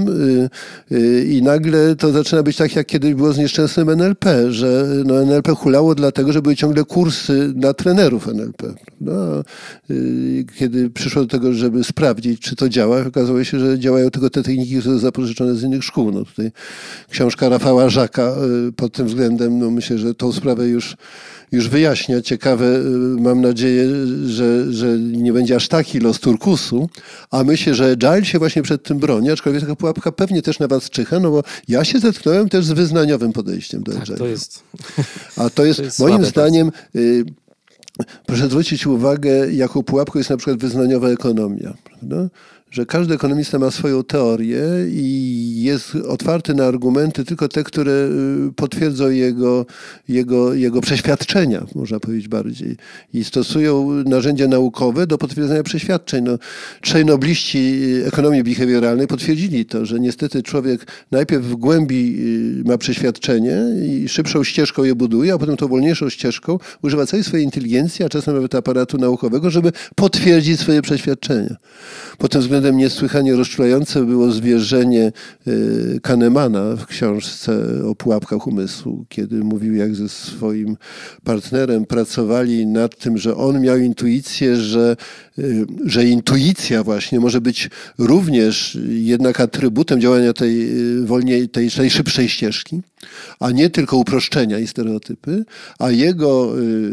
i nagle to zaczyna być tak, jak kiedyś było z nieszczęsnym N L P, że no N L P hulało dlatego, że były ciągle kursy dla trenerów N L P. No, kiedy przyszło do tego, żeby sprawdzić, czy to działa, okazało się, że działają tylko te techniki, które są zapożyczone z innych szkół. No tutaj książka Rafała Żaka pod tym względem, no myślę, że tą sprawę już już wyjaśnia. Ciekawe, mam nadzieję, że, że nie będzie aż taki los turkusu, a myślę, że Agile się właśnie przed tym broni, aczkolwiek taka pułapka pewnie też na was czyha, no bo ja się zetknąłem też z wyznaniowym podejściem do Agile. Tak, to jest... A to jest, to jest moim zdaniem... Y, proszę zwrócić uwagę, jaką pułapką jest na przykład wyznaniowa ekonomia, prawda? Że każdy ekonomista ma swoją teorię i jest otwarty na argumenty, tylko te, które potwierdzą jego, jego, jego przeświadczenia, można powiedzieć bardziej. I stosują narzędzia naukowe do potwierdzenia przeświadczeń. No, trzej nobliści ekonomii behawioralnej potwierdzili to, że niestety człowiek najpierw w głębi ma przeświadczenie i szybszą ścieżką je buduje, a potem tą wolniejszą ścieżką używa całej swojej inteligencji, a czasem nawet aparatu naukowego, żeby potwierdzić swoje przeświadczenia. Pod tym względem niesłychanie rozczulające było zwierzenie Kahnemana w książce o pułapkach umysłu, kiedy mówił, jak ze swoim partnerem pracowali nad tym, że on miał intuicję, że, że intuicja właśnie może być również jednak atrybutem działania tej wolniej, tej, tej szybszej ścieżki, a nie tylko uproszczenia i stereotypy, a jego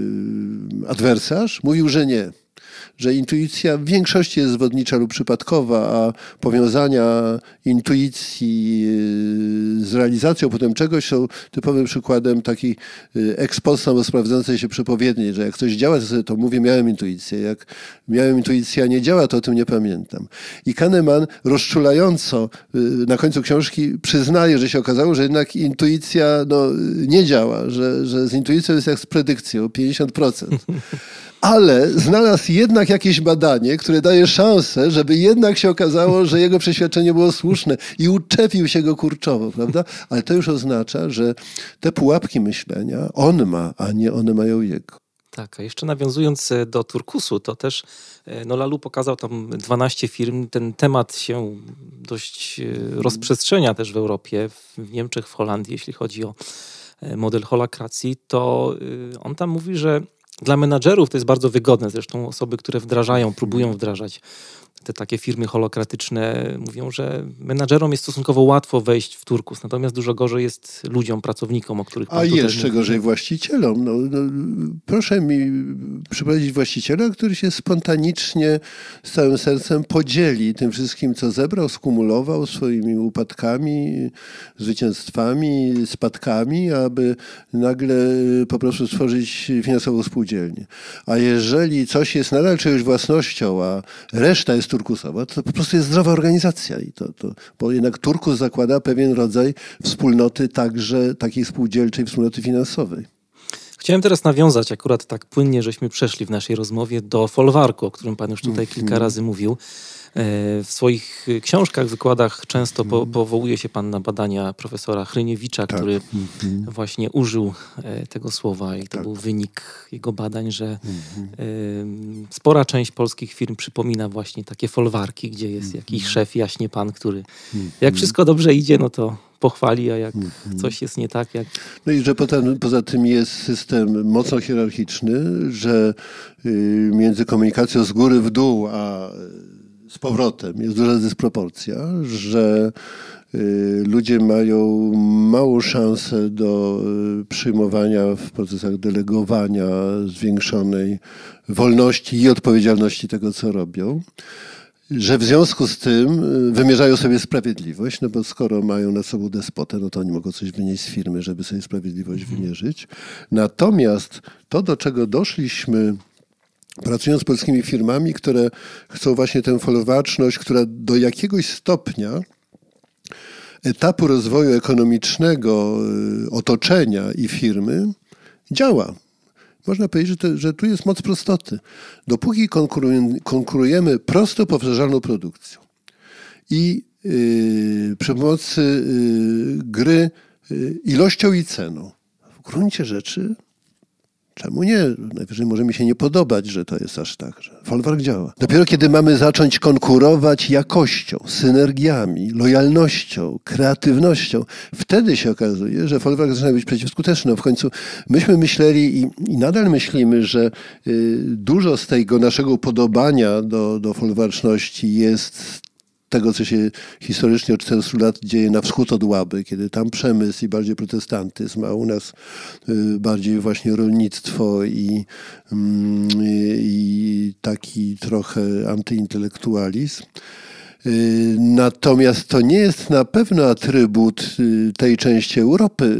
adwersarz mówił, że nie. Że intuicja w większości jest zwodnicza lub przypadkowa, a powiązania intuicji z realizacją potem czegoś są typowym przykładem takiej ex post samosprawdzającej się przepowiedni, że jak coś działa, to sobie to mówię, miałem intuicję. Jak miałem intuicję, a nie działa, to o tym nie pamiętam. I Kahneman rozczulająco na końcu książki przyznaje, że się okazało, że jednak intuicja no, nie działa, że, że z intuicją jest jak z predykcją, pięćdziesiąt procent. Ale znalazł jednak jakieś badanie, które daje szansę, żeby jednak się okazało, że jego przeświadczenie było słuszne i uczepił się go kurczowo, prawda? Ale to już oznacza, że te pułapki myślenia on ma, a nie one mają jego. Tak, a jeszcze nawiązując do turkusu, to też no Laloux pokazał tam dwanaście firm. Ten temat się dość rozprzestrzenia też w Europie, w Niemczech, w Holandii, jeśli chodzi o model holakracji, to on tam mówi, że dla menadżerów to jest bardzo wygodne. Zresztą osoby, które wdrażają, próbują wdrażać te takie firmy holokratyczne, mówią, że menadżerom jest stosunkowo łatwo wejść w turkus, natomiast dużo gorzej jest ludziom, pracownikom, o których pan A tutaj jeszcze mówi. gorzej właścicielom. No, no, proszę mi przyprowadzić właściciela, który się spontanicznie, z całym sercem podzieli tym wszystkim, co zebrał, skumulował swoimi upadkami, zwycięstwami, spadkami, aby nagle po prostu stworzyć finansową spółdzielnię. A jeżeli coś jest nadal czyjąś własnością, a reszta jest turkusowa, to po prostu jest zdrowa organizacja. I to, to, bo jednak turkus zakłada pewien rodzaj wspólnoty, także takiej spółdzielczej, wspólnoty finansowej. Chciałem teraz nawiązać akurat tak płynnie, żeśmy przeszli w naszej rozmowie do folwarku, o którym pan już tutaj kilka razy mówił. W swoich książkach, wykładach często po, powołuje się pan na badania profesora Hryniewicza, tak. który mm-hmm. właśnie użył tego słowa i to tak. był wynik jego badań, że mm-hmm. spora część polskich firm przypomina właśnie takie folwarki, gdzie jest mm-hmm. jakiś szef, jaśnie pan, który mm-hmm. jak wszystko dobrze idzie, no to pochwali, a jak mm-hmm. coś jest nie tak, jak... No i że poza, poza tym jest system mocno hierarchiczny, że y, między komunikacją z góry w dół, a z powrotem jest duża dysproporcja, że y, ludzie mają małą szansę do y, przyjmowania w procesach delegowania zwiększonej wolności i odpowiedzialności tego, co robią. Że w związku z tym wymierzają sobie sprawiedliwość, no bo skoro mają nad sobą despotę, no to oni mogą coś wynieść z firmy, żeby sobie sprawiedliwość wymierzyć. Natomiast to, do czego doszliśmy, pracując z polskimi firmami, które chcą właśnie tę folwarczność, która do jakiegoś stopnia etapu rozwoju ekonomicznego, otoczenia i firmy działa. Można powiedzieć, że, to, że tu jest moc prostoty. Dopóki konkurujemy, konkurujemy prosto powtarzalną produkcją i yy, przy pomocy yy, gry yy, ilością i ceną, w gruncie rzeczy czemu nie? Najwyżej może mi się nie podobać, że to jest aż tak, że folwark działa. Dopiero kiedy mamy zacząć konkurować jakością, synergiami, lojalnością, kreatywnością, wtedy się okazuje, że folwark zaczyna być przeciwskuteczny. No w końcu myśmy myśleli i, i nadal myślimy, że y, dużo z tego naszego upodobania do, do folwarczności jest tego, co się historycznie od czterystu lat dzieje na wschód od Łaby, kiedy tam przemysł i bardziej protestantyzm, a u nas bardziej właśnie rolnictwo i, i taki trochę antyintelektualizm. Natomiast to nie jest na pewno atrybut tej części Europy.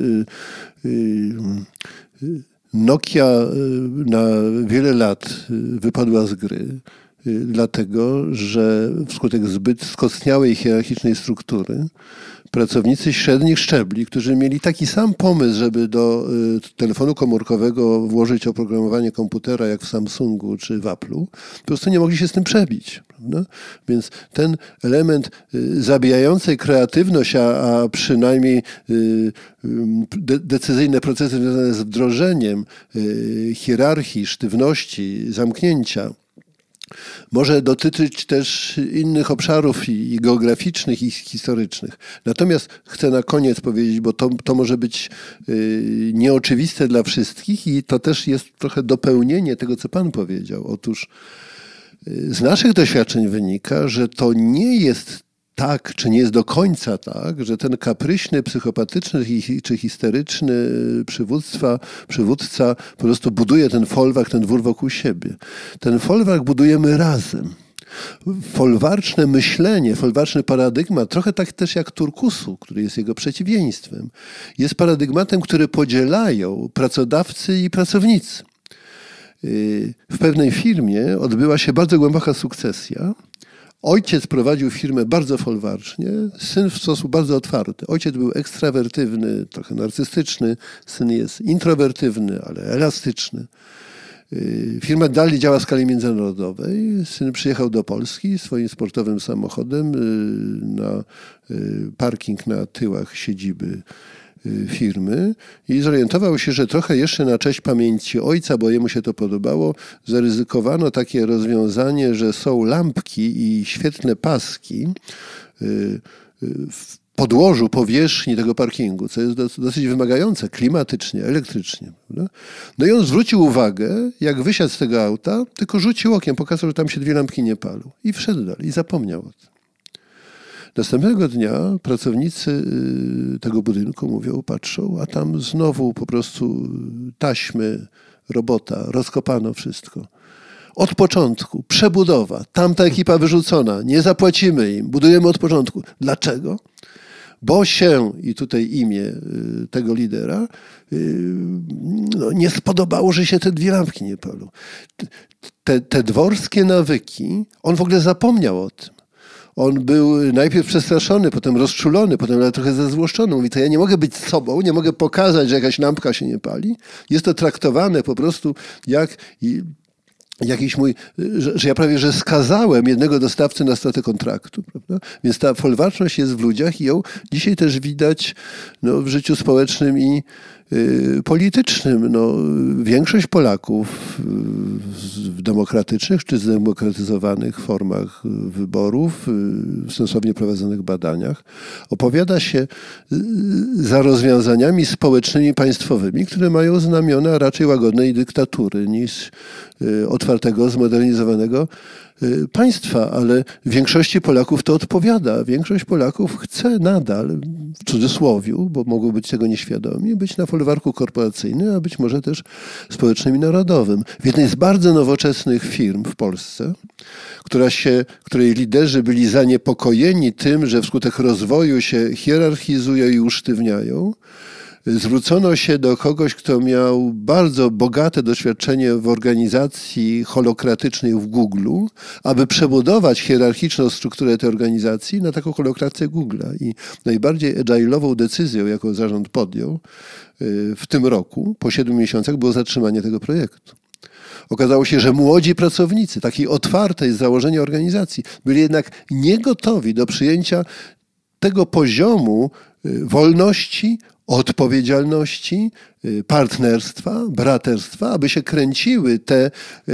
Nokia na wiele lat wypadła z gry, dlatego że wskutek zbyt skostniałej hierarchicznej struktury pracownicy średnich szczebli, którzy mieli taki sam pomysł, żeby do y, telefonu komórkowego włożyć oprogramowanie komputera jak w Samsungu czy w Apple'u, po prostu nie mogli się z tym przebić. Prawda? Więc ten element y, zabijającej kreatywność, a, a przynajmniej y, de, decyzyjne procesy związane z wdrożeniem y, hierarchii, sztywności, zamknięcia, może dotyczyć też innych obszarów i, i geograficznych, i historycznych. Natomiast chcę na koniec powiedzieć, bo to, to może być y, nieoczywiste dla wszystkich i to też jest trochę dopełnienie tego, co pan powiedział. Otóż y, z naszych doświadczeń wynika, że to nie jest tak, czy nie jest do końca tak, że ten kapryśny, psychopatyczny czy histeryczny przywództwa, przywódca po prostu buduje ten folwark, ten dwór wokół siebie. Ten folwark budujemy razem. Folwarczne myślenie, folwarczny paradygmat, trochę tak też jak turkusu, który jest jego przeciwieństwem, jest paradygmatem, który podzielają pracodawcy i pracownicy. W pewnej firmie odbyła się bardzo głęboka sukcesja. Ojciec prowadził firmę bardzo folwarcznie, syn w sposób bardzo otwarty. Ojciec był ekstrawertywny, trochę narcystyczny, syn jest introwertywny, ale elastyczny. Firma dalej działa w skali międzynarodowej. Syn przyjechał do Polski swoim sportowym samochodem na parking na tyłach siedziby firmy i zorientował się, że trochę jeszcze na cześć pamięci ojca, bo jemu się to podobało, zaryzykowano takie rozwiązanie, że są lampki i świetne paski w podłożu powierzchni tego parkingu, co jest dosyć wymagające klimatycznie, elektrycznie. Prawda? No i on zwrócił uwagę, jak wysiadł z tego auta, tylko rzucił okiem, pokazał, że tam się dwie lampki nie palą i wszedł dalej i zapomniał o tym. Następnego dnia pracownicy tego budynku mówią, patrzą, a tam znowu po prostu taśmy, robota, rozkopano wszystko. Od początku, przebudowa, tamta ekipa wyrzucona, nie zapłacimy im, budujemy od początku. Dlaczego? Bo się, i tutaj imię tego lidera, no, nie spodobało, że się te dwie lampki nie palą. Te, te dworskie nawyki, on w ogóle zapomniał o tym. On był najpierw przestraszony, potem rozczulony, potem nawet trochę zezłoszczony. Mówi, to ja nie mogę być sobą, nie mogę pokazać, że jakaś lampka się nie pali. Jest to traktowane po prostu jak jakiś mój, że, że ja prawie, że skazałem jednego dostawcę na stratę kontraktu. Prawda? Więc ta folwarczność jest w ludziach i ją dzisiaj też widać no, w życiu społecznym i y, politycznym. No, większość Polaków w demokratycznych czy zdemokratyzowanych formach wyborów, w sensownie prowadzonych badaniach, opowiada się za rozwiązaniami społecznymi, państwowymi, które mają znamiona raczej łagodnej dyktatury niż otwartego, zmodernizowanego państwa, ale większości Polaków to odpowiada. Większość Polaków chce nadal, w cudzysłowiu, bo mogą być tego nieświadomi, być na folwarku korporacyjnym, a być może też społecznym i narodowym. W jednej z bardzo nowoczesnych firm w Polsce, która się, której liderzy byli zaniepokojeni tym, że wskutek rozwoju się hierarchizują i usztywniają, zwrócono się do kogoś, kto miał bardzo bogate doświadczenie w organizacji holokratycznej w Google'u, aby przebudować hierarchiczną strukturę tej organizacji na taką holokrację Google'a. I najbardziej agile'ową decyzją, jaką zarząd podjął w tym roku, po siedmiu miesiącach, było zatrzymanie tego projektu. Okazało się, że młodzi pracownicy takiej otwartej z założenia organizacji byli jednak niegotowi do przyjęcia tego poziomu wolności, odpowiedzialności, partnerstwa, braterstwa, aby się kręciły te,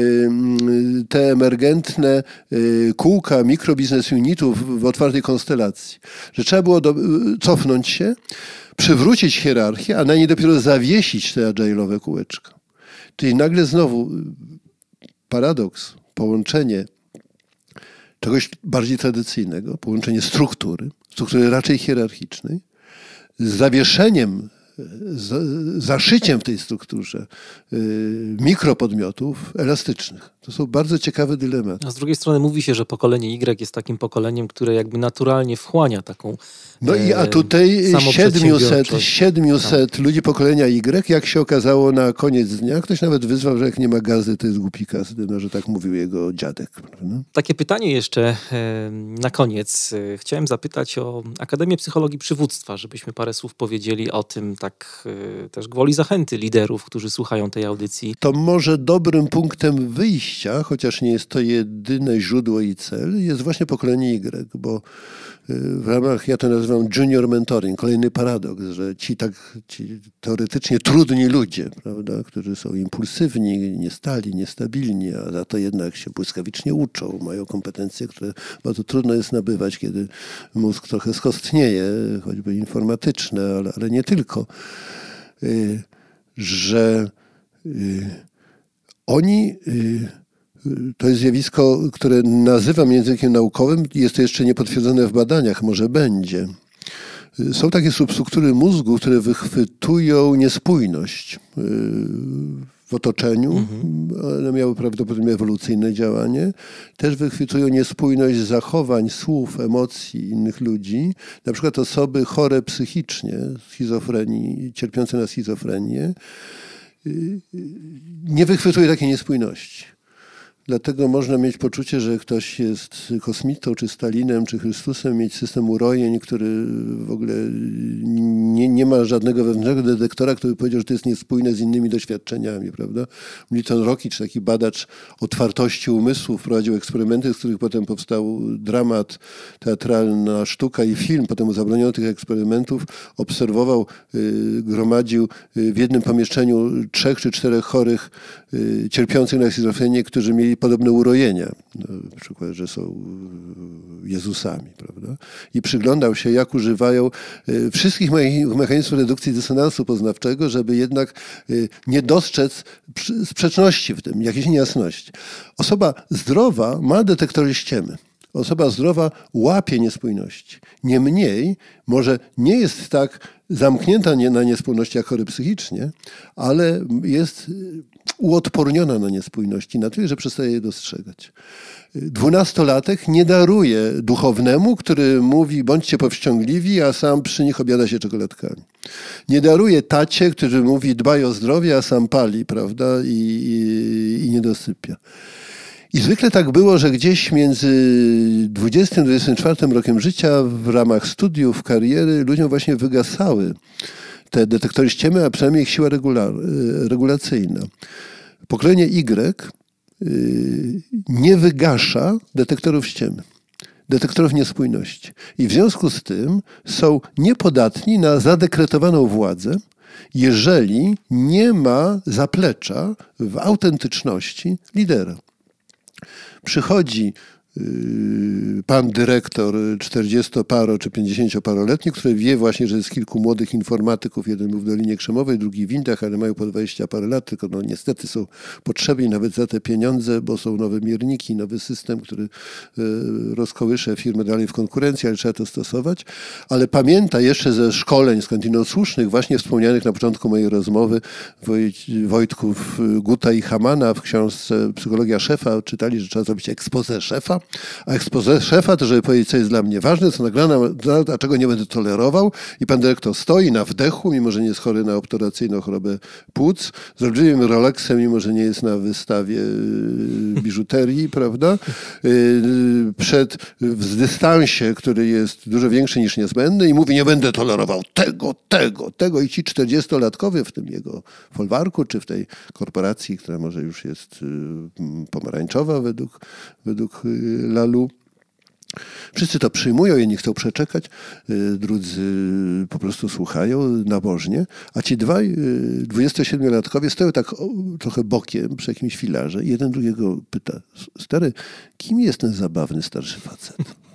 te emergentne kółka mikrobiznes unitów w otwartej konstelacji. Że trzeba było do, cofnąć się, przywrócić hierarchię, a na niej dopiero zawiesić te agile'owe kółeczka. Czyli nagle znowu paradoks, połączenie czegoś bardziej tradycyjnego, połączenie struktury, struktury raczej hierarchicznej, z zawieszeniem, z zaszyciem w tej strukturze mikropodmiotów elastycznych. To są bardzo ciekawe dylematy. A z drugiej strony mówi się, że pokolenie Y jest takim pokoleniem, które jakby naturalnie wchłania taką No i a tutaj siedmiuset, siedmiuset tak. ludzi pokolenia Y, jak się okazało na koniec dnia, ktoś nawet wyzwał, że jak nie ma gazy, to jest głupi każdy, no, że tak mówił jego dziadek. Prawda? Takie pytanie jeszcze na koniec. Chciałem zapytać o Akademię Psychologii Przywództwa, żebyśmy parę słów powiedzieli o tym, tak też gwoli zachęty liderów, którzy słuchają tej audycji. To może dobrym punktem wyjścia, chociaż nie jest to jedyne źródło i cel, jest właśnie pokolenie Y, bo w ramach, ja to nazywam junior mentoring, kolejny paradoks, że ci tak ci teoretycznie trudni ludzie, prawda, którzy są impulsywni, niestali, niestabilni, a za to jednak się błyskawicznie uczą, mają kompetencje, które bardzo trudno jest nabywać, kiedy mózg trochę skostnieje, choćby informatyczne, ale, ale nie tylko, że oni... To jest zjawisko, które nazywam językiem naukowym, jest to jeszcze niepotwierdzone w badaniach, może będzie. Są takie substruktury mózgu, które wychwytują niespójność w otoczeniu, mhm. one miały prawdopodobnie ewolucyjne działanie, też wychwytują niespójność zachowań, słów, emocji innych ludzi, na przykład osoby chore psychicznie, schizofrenii, cierpiące na schizofrenię, nie wychwytuje takiej niespójności. dlatego można mieć poczucie, że ktoś jest kosmitą, czy Stalinem, czy Chrystusem, mieć system urojeń, który w ogóle nie, nie ma żadnego wewnętrznego detektora, który powiedział, że to jest niespójne z innymi doświadczeniami, prawda? Milton Rockich, taki badacz otwartości umysłu, wprowadził eksperymenty, z których potem powstał dramat, teatralna sztuka i film. Potem zabroniono tych eksperymentów, obserwował, gromadził w jednym pomieszczeniu trzech czy czterech chorych cierpiących na schizofrenię, którzy mieli podobne urojenia. Na przykład, że są Jezusami, prawda? I przyglądał się, jak używają wszystkich mechanizmów redukcji dysonansu poznawczego, żeby jednak nie dostrzec sprzeczności w tym, jakiejś niejasności. Osoba zdrowa ma detektory ściemy. Osoba zdrowa łapie niespójności. Niemniej, może nie jest tak zamknięta na niespójności jak chory psychicznie, ale jest uodporniona na niespójności na tyle, że przestaje je dostrzegać. Dwunastolatek nie daruje duchownemu, który mówi bądźcie powściągliwi, a sam przy nich obiada się czekoladkami. Nie daruje tacie, który mówi dbaj o zdrowie, a sam pali, prawda, i, i, i nie dosypia. I zwykle tak było, że gdzieś między dwudziestym a dwudziestym czwartym rokiem życia w ramach studiów, kariery ludziom właśnie wygasały te detektory ściemy, a przynajmniej ich siła regula regulacyjna. Pokolenie Y nie wygasza detektorów ściemy, detektorów niespójności. I w związku z tym są niepodatni na zadekretowaną władzę, jeżeli nie ma zaplecza w autentyczności lidera. Przychodzi pan dyrektor czterdziestoparo czy pięćdziesięcioparoletni, który wie właśnie, że jest kilku młodych informatyków. Jeden był w Dolinie Krzemowej, drugi w Windach, ale mają po dwadzieścia parę lat, tylko no niestety są potrzebni nawet za te pieniądze, bo są nowe mierniki, nowy system, który rozkołysze firmy dalej w konkurencji, ale trzeba to stosować. Ale pamięta jeszcze ze szkoleń skądinąd słusznych, właśnie wspomnianych na początku mojej rozmowy, Wojtków Guta i Hamana w książce Psychologia szefa czytali, że trzeba zrobić expose szefa, a expose szefa to, żeby powiedzieć, co jest dla mnie ważne, co nagrane, a czego nie będę tolerował. I pan dyrektor stoi na wdechu, mimo że nie jest chory na obturacyjną chorobę płuc, z olbrzymim Rolexem, mimo że nie jest na wystawie biżuterii, prawda? Przed, w dystansie, który jest dużo większy niż niezbędny i mówi, nie będę tolerował tego, tego, tego. I ci czterdziestolatkowie w tym jego folwarku, czy w tej korporacji, która może już jest pomarańczowa według, według Lalu, wszyscy to przyjmują, jedni chcą przeczekać, drudzy po prostu słuchają nabożnie, a ci dwaj dwudziestosiedmiolatkowie stoją tak trochę bokiem przy jakimś filarze i jeden drugiego pyta, stary, kim jest ten zabawny starszy facet?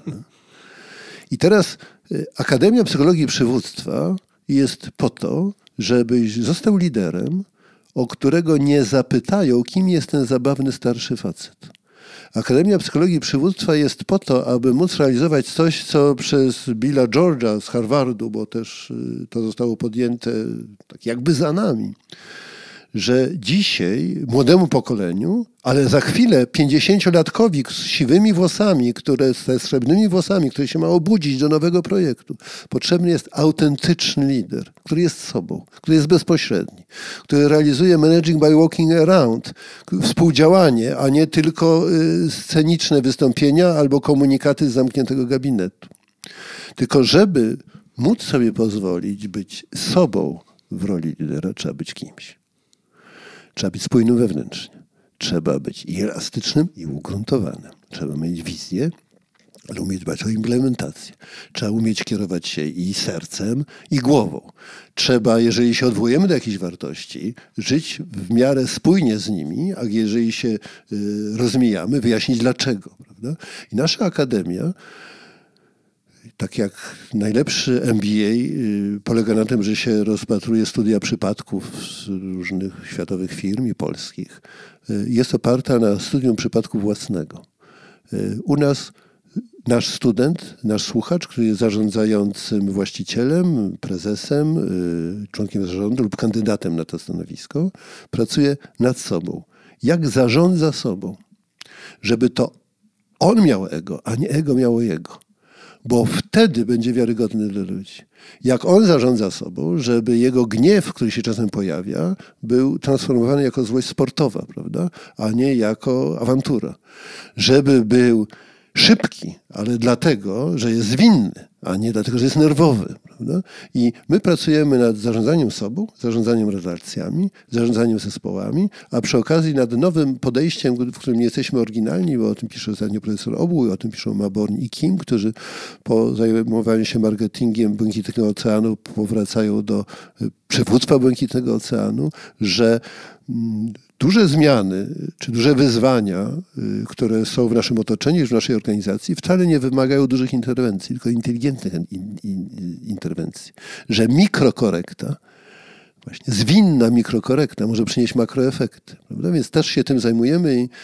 I teraz Akademia Psychologii i Przywództwa jest po to, żebyś został liderem, o którego nie zapytają, kim jest ten zabawny starszy facet. Akademia Psychologii i Przywództwa jest po to, aby móc realizować coś, co przez Billa George'a z Harvardu, bo też to zostało podjęte tak jakby za nami, że dzisiaj młodemu pokoleniu, ale za chwilę pięćdziesięciolatkowi z siwymi włosami, które, ze srebrnymi włosami, który się ma obudzić do nowego projektu, potrzebny jest autentyczny lider, który jest sobą, który jest bezpośredni, który realizuje managing by walking around, współdziałanie, a nie tylko sceniczne wystąpienia albo komunikaty z zamkniętego gabinetu. Tylko żeby móc sobie pozwolić być sobą w roli lidera, trzeba być kimś. Trzeba być spójnym wewnętrznie. Trzeba być i elastycznym, i ugruntowanym. Trzeba mieć wizję, ale umieć dbać o implementację. Trzeba umieć kierować się i sercem, i głową. Trzeba, jeżeli się odwołujemy do jakichś wartości, żyć w miarę spójnie z nimi, a jeżeli się y, rozmijamy, wyjaśnić dlaczego. Prawda? I nasza akademia, tak jak najlepszy M B A, polega na tym, że się rozpatruje studia przypadków z różnych światowych firm i polskich. Jest oparta na studium przypadku własnego. U nas nasz student, nasz słuchacz, który jest zarządzającym właścicielem, prezesem, członkiem zarządu lub kandydatem na to stanowisko, pracuje nad sobą. Jak zarządza sobą? Żeby to on miał ego, a nie ego miało jego. bo wtedy będzie wiarygodny dla ludzi. Jak on zarządza sobą, żeby jego gniew, który się czasem pojawia, był transformowany jako złość sportowa, prawda? A nie jako awantura. Żeby był szybki, ale dlatego, że jest winny, a nie dlatego, że jest nerwowy. Prawda? I my pracujemy nad zarządzaniem sobą, zarządzaniem relacjami, zarządzaniem zespołami, a przy okazji nad nowym podejściem, w którym nie jesteśmy oryginalni, bo o tym pisze ostatnio profesor Obół, o tym piszą Maborn i Kim, którzy po zajmowaniu się marketingiem Błękitnego Oceanu powracają do przywództwa Błękitnego Oceanu, że duże zmiany czy duże wyzwania, które są w naszym otoczeniu, w naszej organizacji, wcale nie wymagają dużych interwencji, tylko inteligentnych in, in, interwencji. Że mikrokorekta, właśnie zwinna mikrokorekta może przynieść makroefekty. Prawda? Więc też się tym zajmujemy i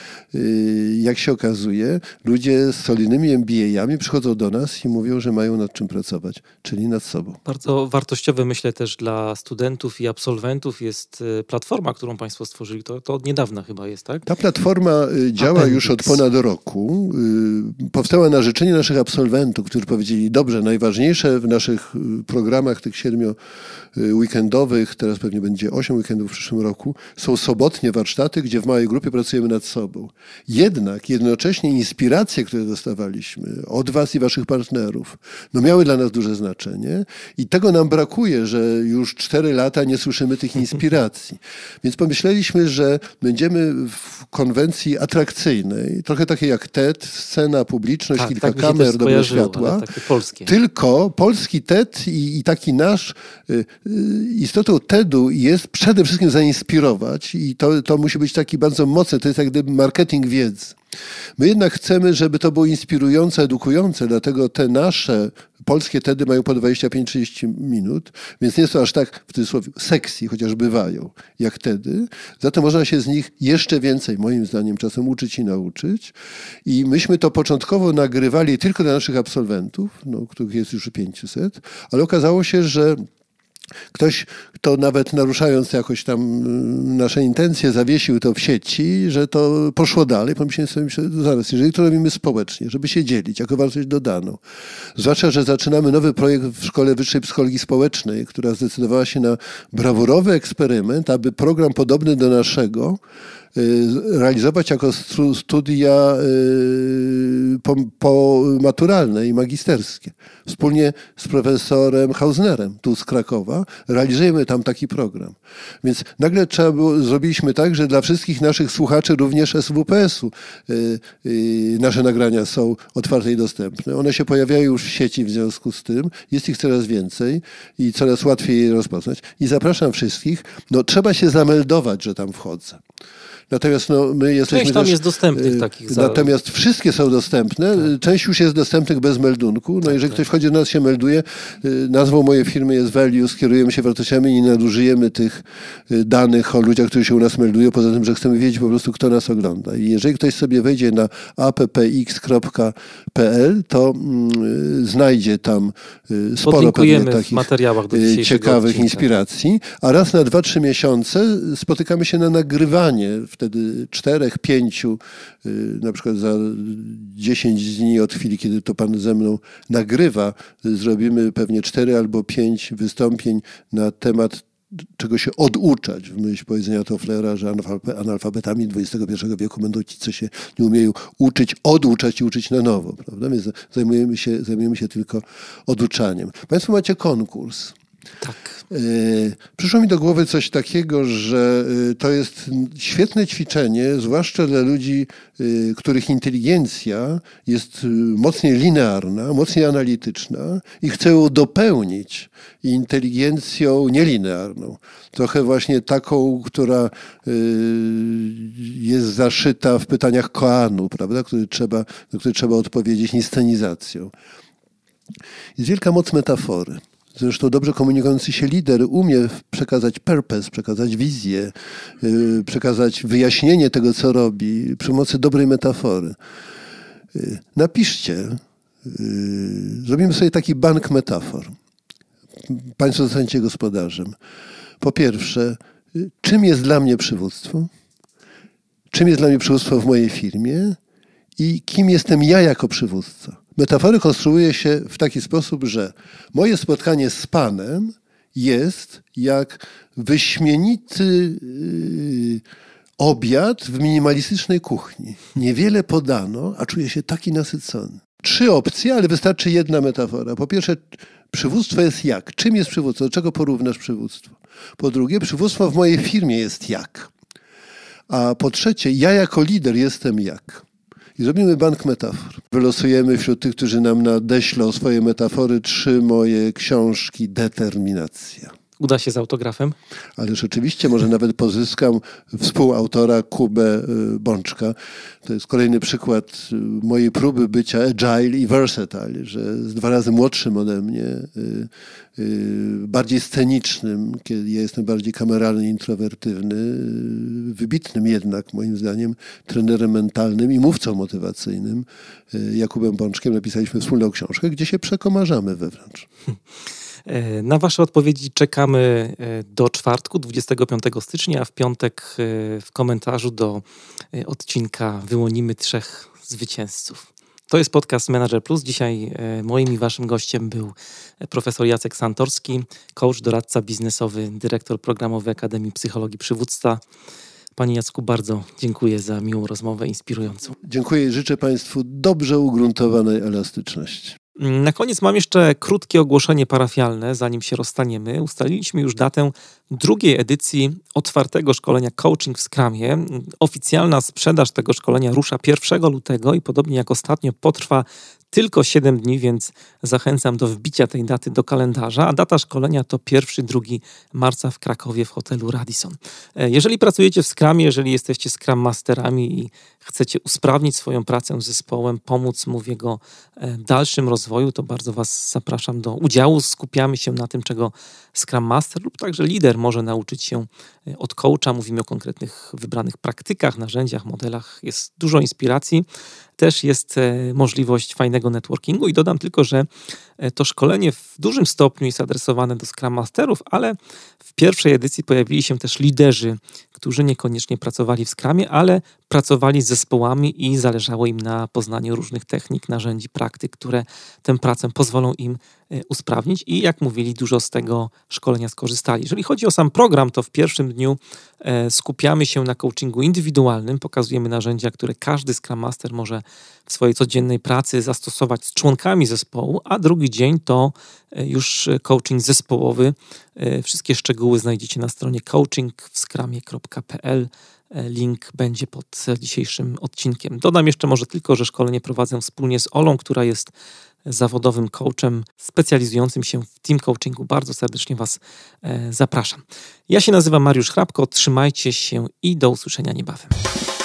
yy, jak się okazuje, ludzie z solidnymi M B A-ami przychodzą do nas i mówią, że mają nad czym pracować, czyli nad sobą. Bardzo wartościowe, myślę, też dla studentów i absolwentów jest platforma, którą Państwo stworzyli. To, to od niedawna chyba jest, tak? Ta platforma działa Appendix. Już od ponad roku. Powstała na życzenie naszych absolwentów, którzy powiedzieli, dobrze, najważniejsze w naszych programach tych siedmiu weekendowych, teraz pewnie będzie osiem weekendów w przyszłym roku, są sobotnie warsztaty, gdzie w małej grupie pracujemy nad sobą. Jednak jednocześnie inspiracje, które dostawaliśmy od was i waszych partnerów, no miały dla nas duże znaczenie i tego nam brakuje, że już cztery lata nie słyszymy tych inspiracji. Więc pomyśleliśmy, że będziemy w konwencji atrakcyjnej, trochę takiej jak T E D, scena, publiczność, tak, kilka tak kamer, dobre światła. Takie polskie. Tylko polski T E D i, i taki nasz y, istotą T E D-u jest przede wszystkim zainspirować i to, to musi być taki bardzo mocny, to jest jak gdyby marketing wiedzy. My jednak chcemy, żeby to było inspirujące, edukujące, dlatego te nasze polskie TEDy mają po dwadzieścia pięć trzydzieści minut, więc nie są aż tak, w cudzysłowie, sexy, chociaż bywają, jak TEDy. Zatem można się z nich jeszcze więcej, moim zdaniem, czasem uczyć i nauczyć. I myśmy to początkowo nagrywali tylko dla naszych absolwentów, no, których jest już pięćset, ale okazało się, że ktoś, kto nawet naruszając jakoś tam nasze intencje, zawiesił to w sieci, że to poszło dalej. Pomyślałem sobie, że zaraz, jeżeli to robimy społecznie, żeby się dzielić jako wartość dodaną. Zwłaszcza, że zaczynamy nowy projekt w Szkole Wyższej Psychologii Społecznej, która zdecydowała się na brawurowy eksperyment, aby program podobny do naszego realizować jako studia pomaturalne i magisterskie. Wspólnie z profesorem Hausnerem, tu z Krakowa, realizujemy tam taki program. Więc nagle trzeba było, zrobiliśmy tak, że dla wszystkich naszych słuchaczy, również S W P S-u, nasze nagrania są otwarte i dostępne. One się pojawiają już w sieci w związku z tym. Jest ich coraz więcej i coraz łatwiej je rozpoznać. I zapraszam wszystkich. No, trzeba się zameldować, że tam wchodzę. Natomiast no, my jesteśmy Część tam też, jest dostępnych takich. Za... Natomiast wszystkie są dostępne. Tak. Część już jest dostępnych bez meldunku. No tak, jeżeli tak. ktoś wchodzi do nas, się melduje. Nazwą mojej firmy jest Values. Kierujemy się wartościami i nadużyjemy tych danych o ludziach, którzy się u nas meldują. Poza tym, że chcemy wiedzieć po prostu, kto nas ogląda. I jeżeli ktoś sobie wejdzie na appx kropka p l, to mm, znajdzie tam sporo pewnie takich materiałach do ciekawych odcinka. Inspiracji. A raz na dwa, trzy miesiące spotykamy się na nagrywanie. Wtedy czterech, pięciu, na przykład za dziesięć dni od chwili, kiedy to pan ze mną nagrywa, zrobimy pewnie cztery albo pięć wystąpień na temat czego się oduczać, w myśl powiedzenia Tofflera, że analfabetami dwudziestego pierwszego wieku będą ci, co się nie umieją uczyć, oduczać i uczyć na nowo. Prawda? Więc zajmujemy się, zajmujemy się tylko oduczaniem. Państwo macie konkurs. Tak. Przyszło mi do głowy coś takiego, że to jest świetne ćwiczenie, zwłaszcza dla ludzi, których inteligencja jest mocniej linearna, mocniej analityczna i chce ją dopełnić inteligencją nielinearną. Trochę właśnie taką, która jest zaszyta w pytaniach koanu, prawda, który trzeba, na które trzeba odpowiedzieć inscenizacją. Jest wielka moc metafory. Zresztą dobrze komunikujący się lider umie przekazać purpose, przekazać wizję, yy, przekazać wyjaśnienie tego, co robi przy pomocy dobrej metafory. Yy, napiszcie, yy, zrobimy sobie taki bank metafor. Państwo zostaniecie gospodarzem. Po pierwsze, yy, czym jest dla mnie przywództwo? Czym jest dla mnie przywództwo w mojej firmie? I kim jestem ja jako przywódca? Metafory konstruuje się w taki sposób, że moje spotkanie z Panem jest jak wyśmienity yy, obiad w minimalistycznej kuchni. Niewiele podano, a czuję się taki nasycony. Trzy opcje, ale wystarczy jedna metafora. Po pierwsze, przywództwo jest jak? Czym jest przywództwo? Do czego porównasz przywództwo? Po drugie, przywództwo w mojej firmie jest jak? A po trzecie, ja jako lider jestem jak? I zrobimy bank metafor. Wylosujemy wśród tych, którzy nam nadeślą swoje metafory, trzy moje książki Determinacja. Uda się z autografem? Ależ oczywiście, może nawet pozyskam współautora Kubę Bączka. To jest kolejny przykład mojej próby bycia agile i versatile, że jest dwa razy młodszym ode mnie, bardziej scenicznym, kiedy ja jestem bardziej kameralny, introwertywny, wybitnym jednak, moim zdaniem, trenerem mentalnym i mówcą motywacyjnym, Jakubem Bączkiem napisaliśmy wspólną książkę, gdzie się przekomarzamy wewnątrz. Na wasze odpowiedzi czekamy do czwartku, dwudziestego piątego stycznia, a w piątek w komentarzu do odcinka wyłonimy trzech zwycięzców. To jest podcast Manager Plus. Dzisiaj moim i waszym gościem był profesor Jacek Santorski, coach, doradca biznesowy, dyrektor programowy Akademii Psychologii Przywództwa. Panie Jacku, bardzo dziękuję za miłą rozmowę inspirującą. Dziękuję i życzę Państwu dobrze ugruntowanej elastyczności. Na koniec mam jeszcze krótkie ogłoszenie parafialne, zanim się rozstaniemy. Ustaliliśmy już datę drugiej edycji otwartego szkolenia Coaching w Scrumie. Oficjalna sprzedaż tego szkolenia rusza pierwszego lutego i podobnie jak ostatnio potrwa tylko siedem dni, więc zachęcam do wbicia tej daty do kalendarza, a data szkolenia to pierwszego do drugiego marca w Krakowie w hotelu Radisson. Jeżeli pracujecie w Scrumie, jeżeli jesteście Scrum Masterami i chcecie usprawnić swoją pracę z zespołem, pomóc mu w jego dalszym rozwoju, to bardzo was zapraszam do udziału. Skupiamy się na tym, czego Scrum Master lub także lider może nauczyć się od coacha. Mówimy o konkretnych wybranych praktykach, narzędziach, modelach. Jest dużo inspiracji. Też jest możliwość fajnego networkingu i dodam tylko, że to szkolenie w dużym stopniu jest adresowane do Scrum Masterów, ale w pierwszej edycji pojawili się też liderzy, którzy niekoniecznie pracowali w Scrumie, ale pracowali z zespołami i zależało im na poznaniu różnych technik, narzędzi, praktyk, które tę pracę pozwolą im usprawnić i jak mówili, dużo z tego szkolenia skorzystali. Jeżeli chodzi o sam program, to w pierwszym dniu skupiamy się na coachingu indywidualnym, pokazujemy narzędzia, które każdy Scrum Master może w swojej codziennej pracy zastosować z członkami zespołu, a drugi dzień to już coaching zespołowy. Wszystkie szczegóły znajdziecie na stronie coaching w scrumie kropka p l. Link będzie pod dzisiejszym odcinkiem. Dodam jeszcze może tylko, że szkolenie prowadzę wspólnie z Olą, która jest zawodowym coachem specjalizującym się w team coachingu. Bardzo serdecznie was zapraszam. Ja się nazywam Mariusz Hrabko, trzymajcie się i do usłyszenia niebawem.